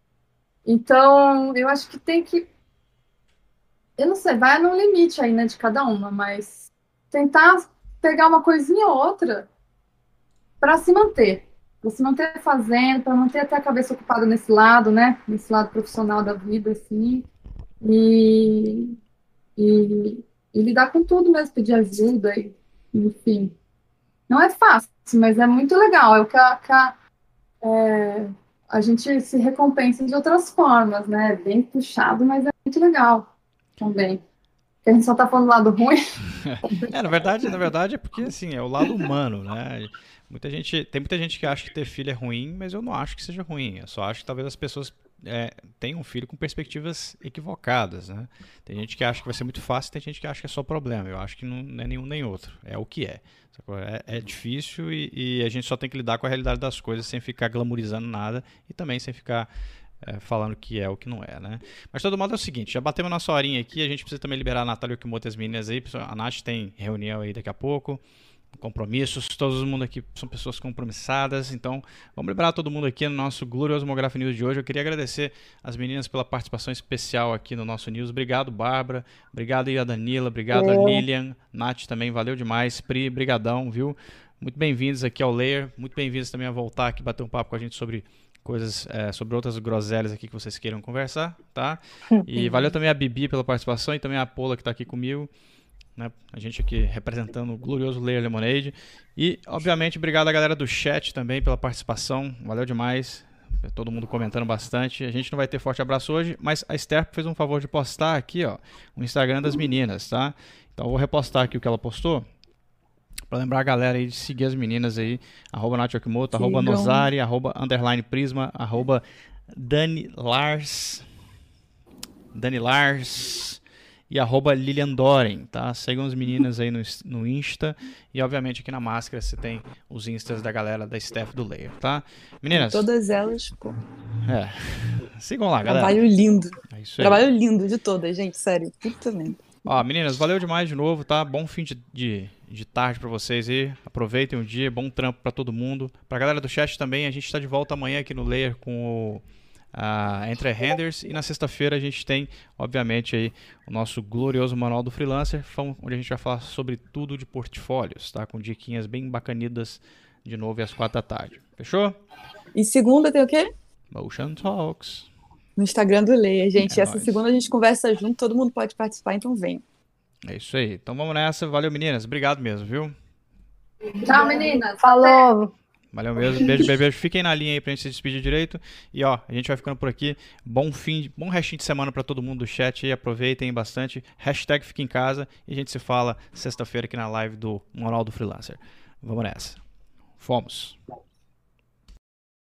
Então, eu acho que tem que, eu não sei, vai no limite aí, né, de cada uma, mas tentar pegar uma coisinha ou outra para se manter, para se manter fazendo, para manter até a cabeça ocupada nesse lado, né, nesse lado profissional da vida, assim, e, e, e lidar com tudo mesmo, pedir ajuda, e, enfim. Não é fácil, mas é muito legal, é o que a, que a, é, a gente se recompensa de outras formas, né, é bem puxado, mas é muito legal também. Porque a gente só tá falando do lado ruim. É, na verdade, na verdade é porque, assim, é o lado humano, né? Muita gente, tem muita gente que acha que ter filho é ruim, mas eu não acho que seja ruim. Eu só acho que talvez as pessoas é, tenham um filho com perspectivas equivocadas, né? Tem gente que acha que vai ser muito fácil, tem gente que acha que é só problema. Eu acho que não é nenhum nem outro. É o que é. É, é difícil e, e a gente só tem que lidar com a realidade das coisas sem ficar glamourizando nada e também sem ficar É, falando que é o que não é, né? Mas de todo modo é o seguinte, já batemos nossa horinha aqui, a gente precisa também liberar a Natália Okimoto e as meninas aí, a Nath tem reunião aí daqui a pouco, compromissos, todo mundo aqui são pessoas compromissadas, então vamos liberar todo mundo aqui no nosso glorioso Mograph News de hoje. Eu queria agradecer as meninas pela participação especial aqui no nosso news. Obrigado, Bárbara, obrigado aí a Danila, obrigado é. a Lilian, Nath também, valeu demais, Pri, brigadão, viu? Muito bem-vindos aqui ao Layer, muito bem-vindos também a voltar aqui, bater um papo com a gente sobre coisas, é, sobre outras groselhas aqui que vocês queiram conversar, tá? E valeu também a Bibi pela participação e também a Paula que tá aqui comigo, né? A gente aqui representando o glorioso Layer Lemonade. E, obviamente, obrigado a galera do chat também pela participação, valeu demais, todo mundo comentando bastante. A gente não vai ter forte abraço hoje, mas a Esther fez um favor de postar aqui, ó, o Instagram das meninas, tá? Então eu vou repostar aqui o que ela postou, para lembrar a galera aí de seguir as meninas aí, arroba Nath Okimoto, arroba Nozari, arroba underline Prisma, arroba Dani Lars, Dani Lars e arroba Lilian Doren, tá? Sigam as meninas aí no, no Insta e obviamente aqui na máscara você tem os Instas da galera da staff do Layer, tá? Meninas. Todas elas, pô. É. Sigam lá, galera. Trabalho lindo. É isso aí. Trabalho lindo de todas, gente, sério. Puta merda. Ó, meninas, valeu demais de novo, tá? Bom fim de, de, de tarde pra vocês aí. Aproveitem o dia, bom trampo pra todo mundo. Pra galera do chat também, a gente tá de volta amanhã aqui no Layer com o uh, Entre Handers. E na sexta-feira a gente tem, obviamente, aí o nosso glorioso Manual do Freelancer, onde a gente vai falar sobre tudo de portfólios, tá? Com diquinhas bem bacanidas de novo às quatro da tarde. Fechou? E segunda tem o quê? Motion Talks. No Instagram do Leia, gente. É Essa nóis. Segunda a gente conversa junto, todo mundo pode participar, então vem. É isso aí. Então vamos nessa. Valeu, meninas. Obrigado mesmo, viu? Tchau, meninas. Falou. Valeu mesmo. Beijo, beijo, beijo. Fiquem na linha aí pra gente se despedir direito. E ó, a gente vai ficando por aqui. Bom fim, bom restinho de semana pra todo mundo do chat aí. Aproveitem bastante. Hashtag Fica em Casa. E a gente se fala sexta-feira aqui na live do Manual do Freelancer. Vamos nessa. Fomos.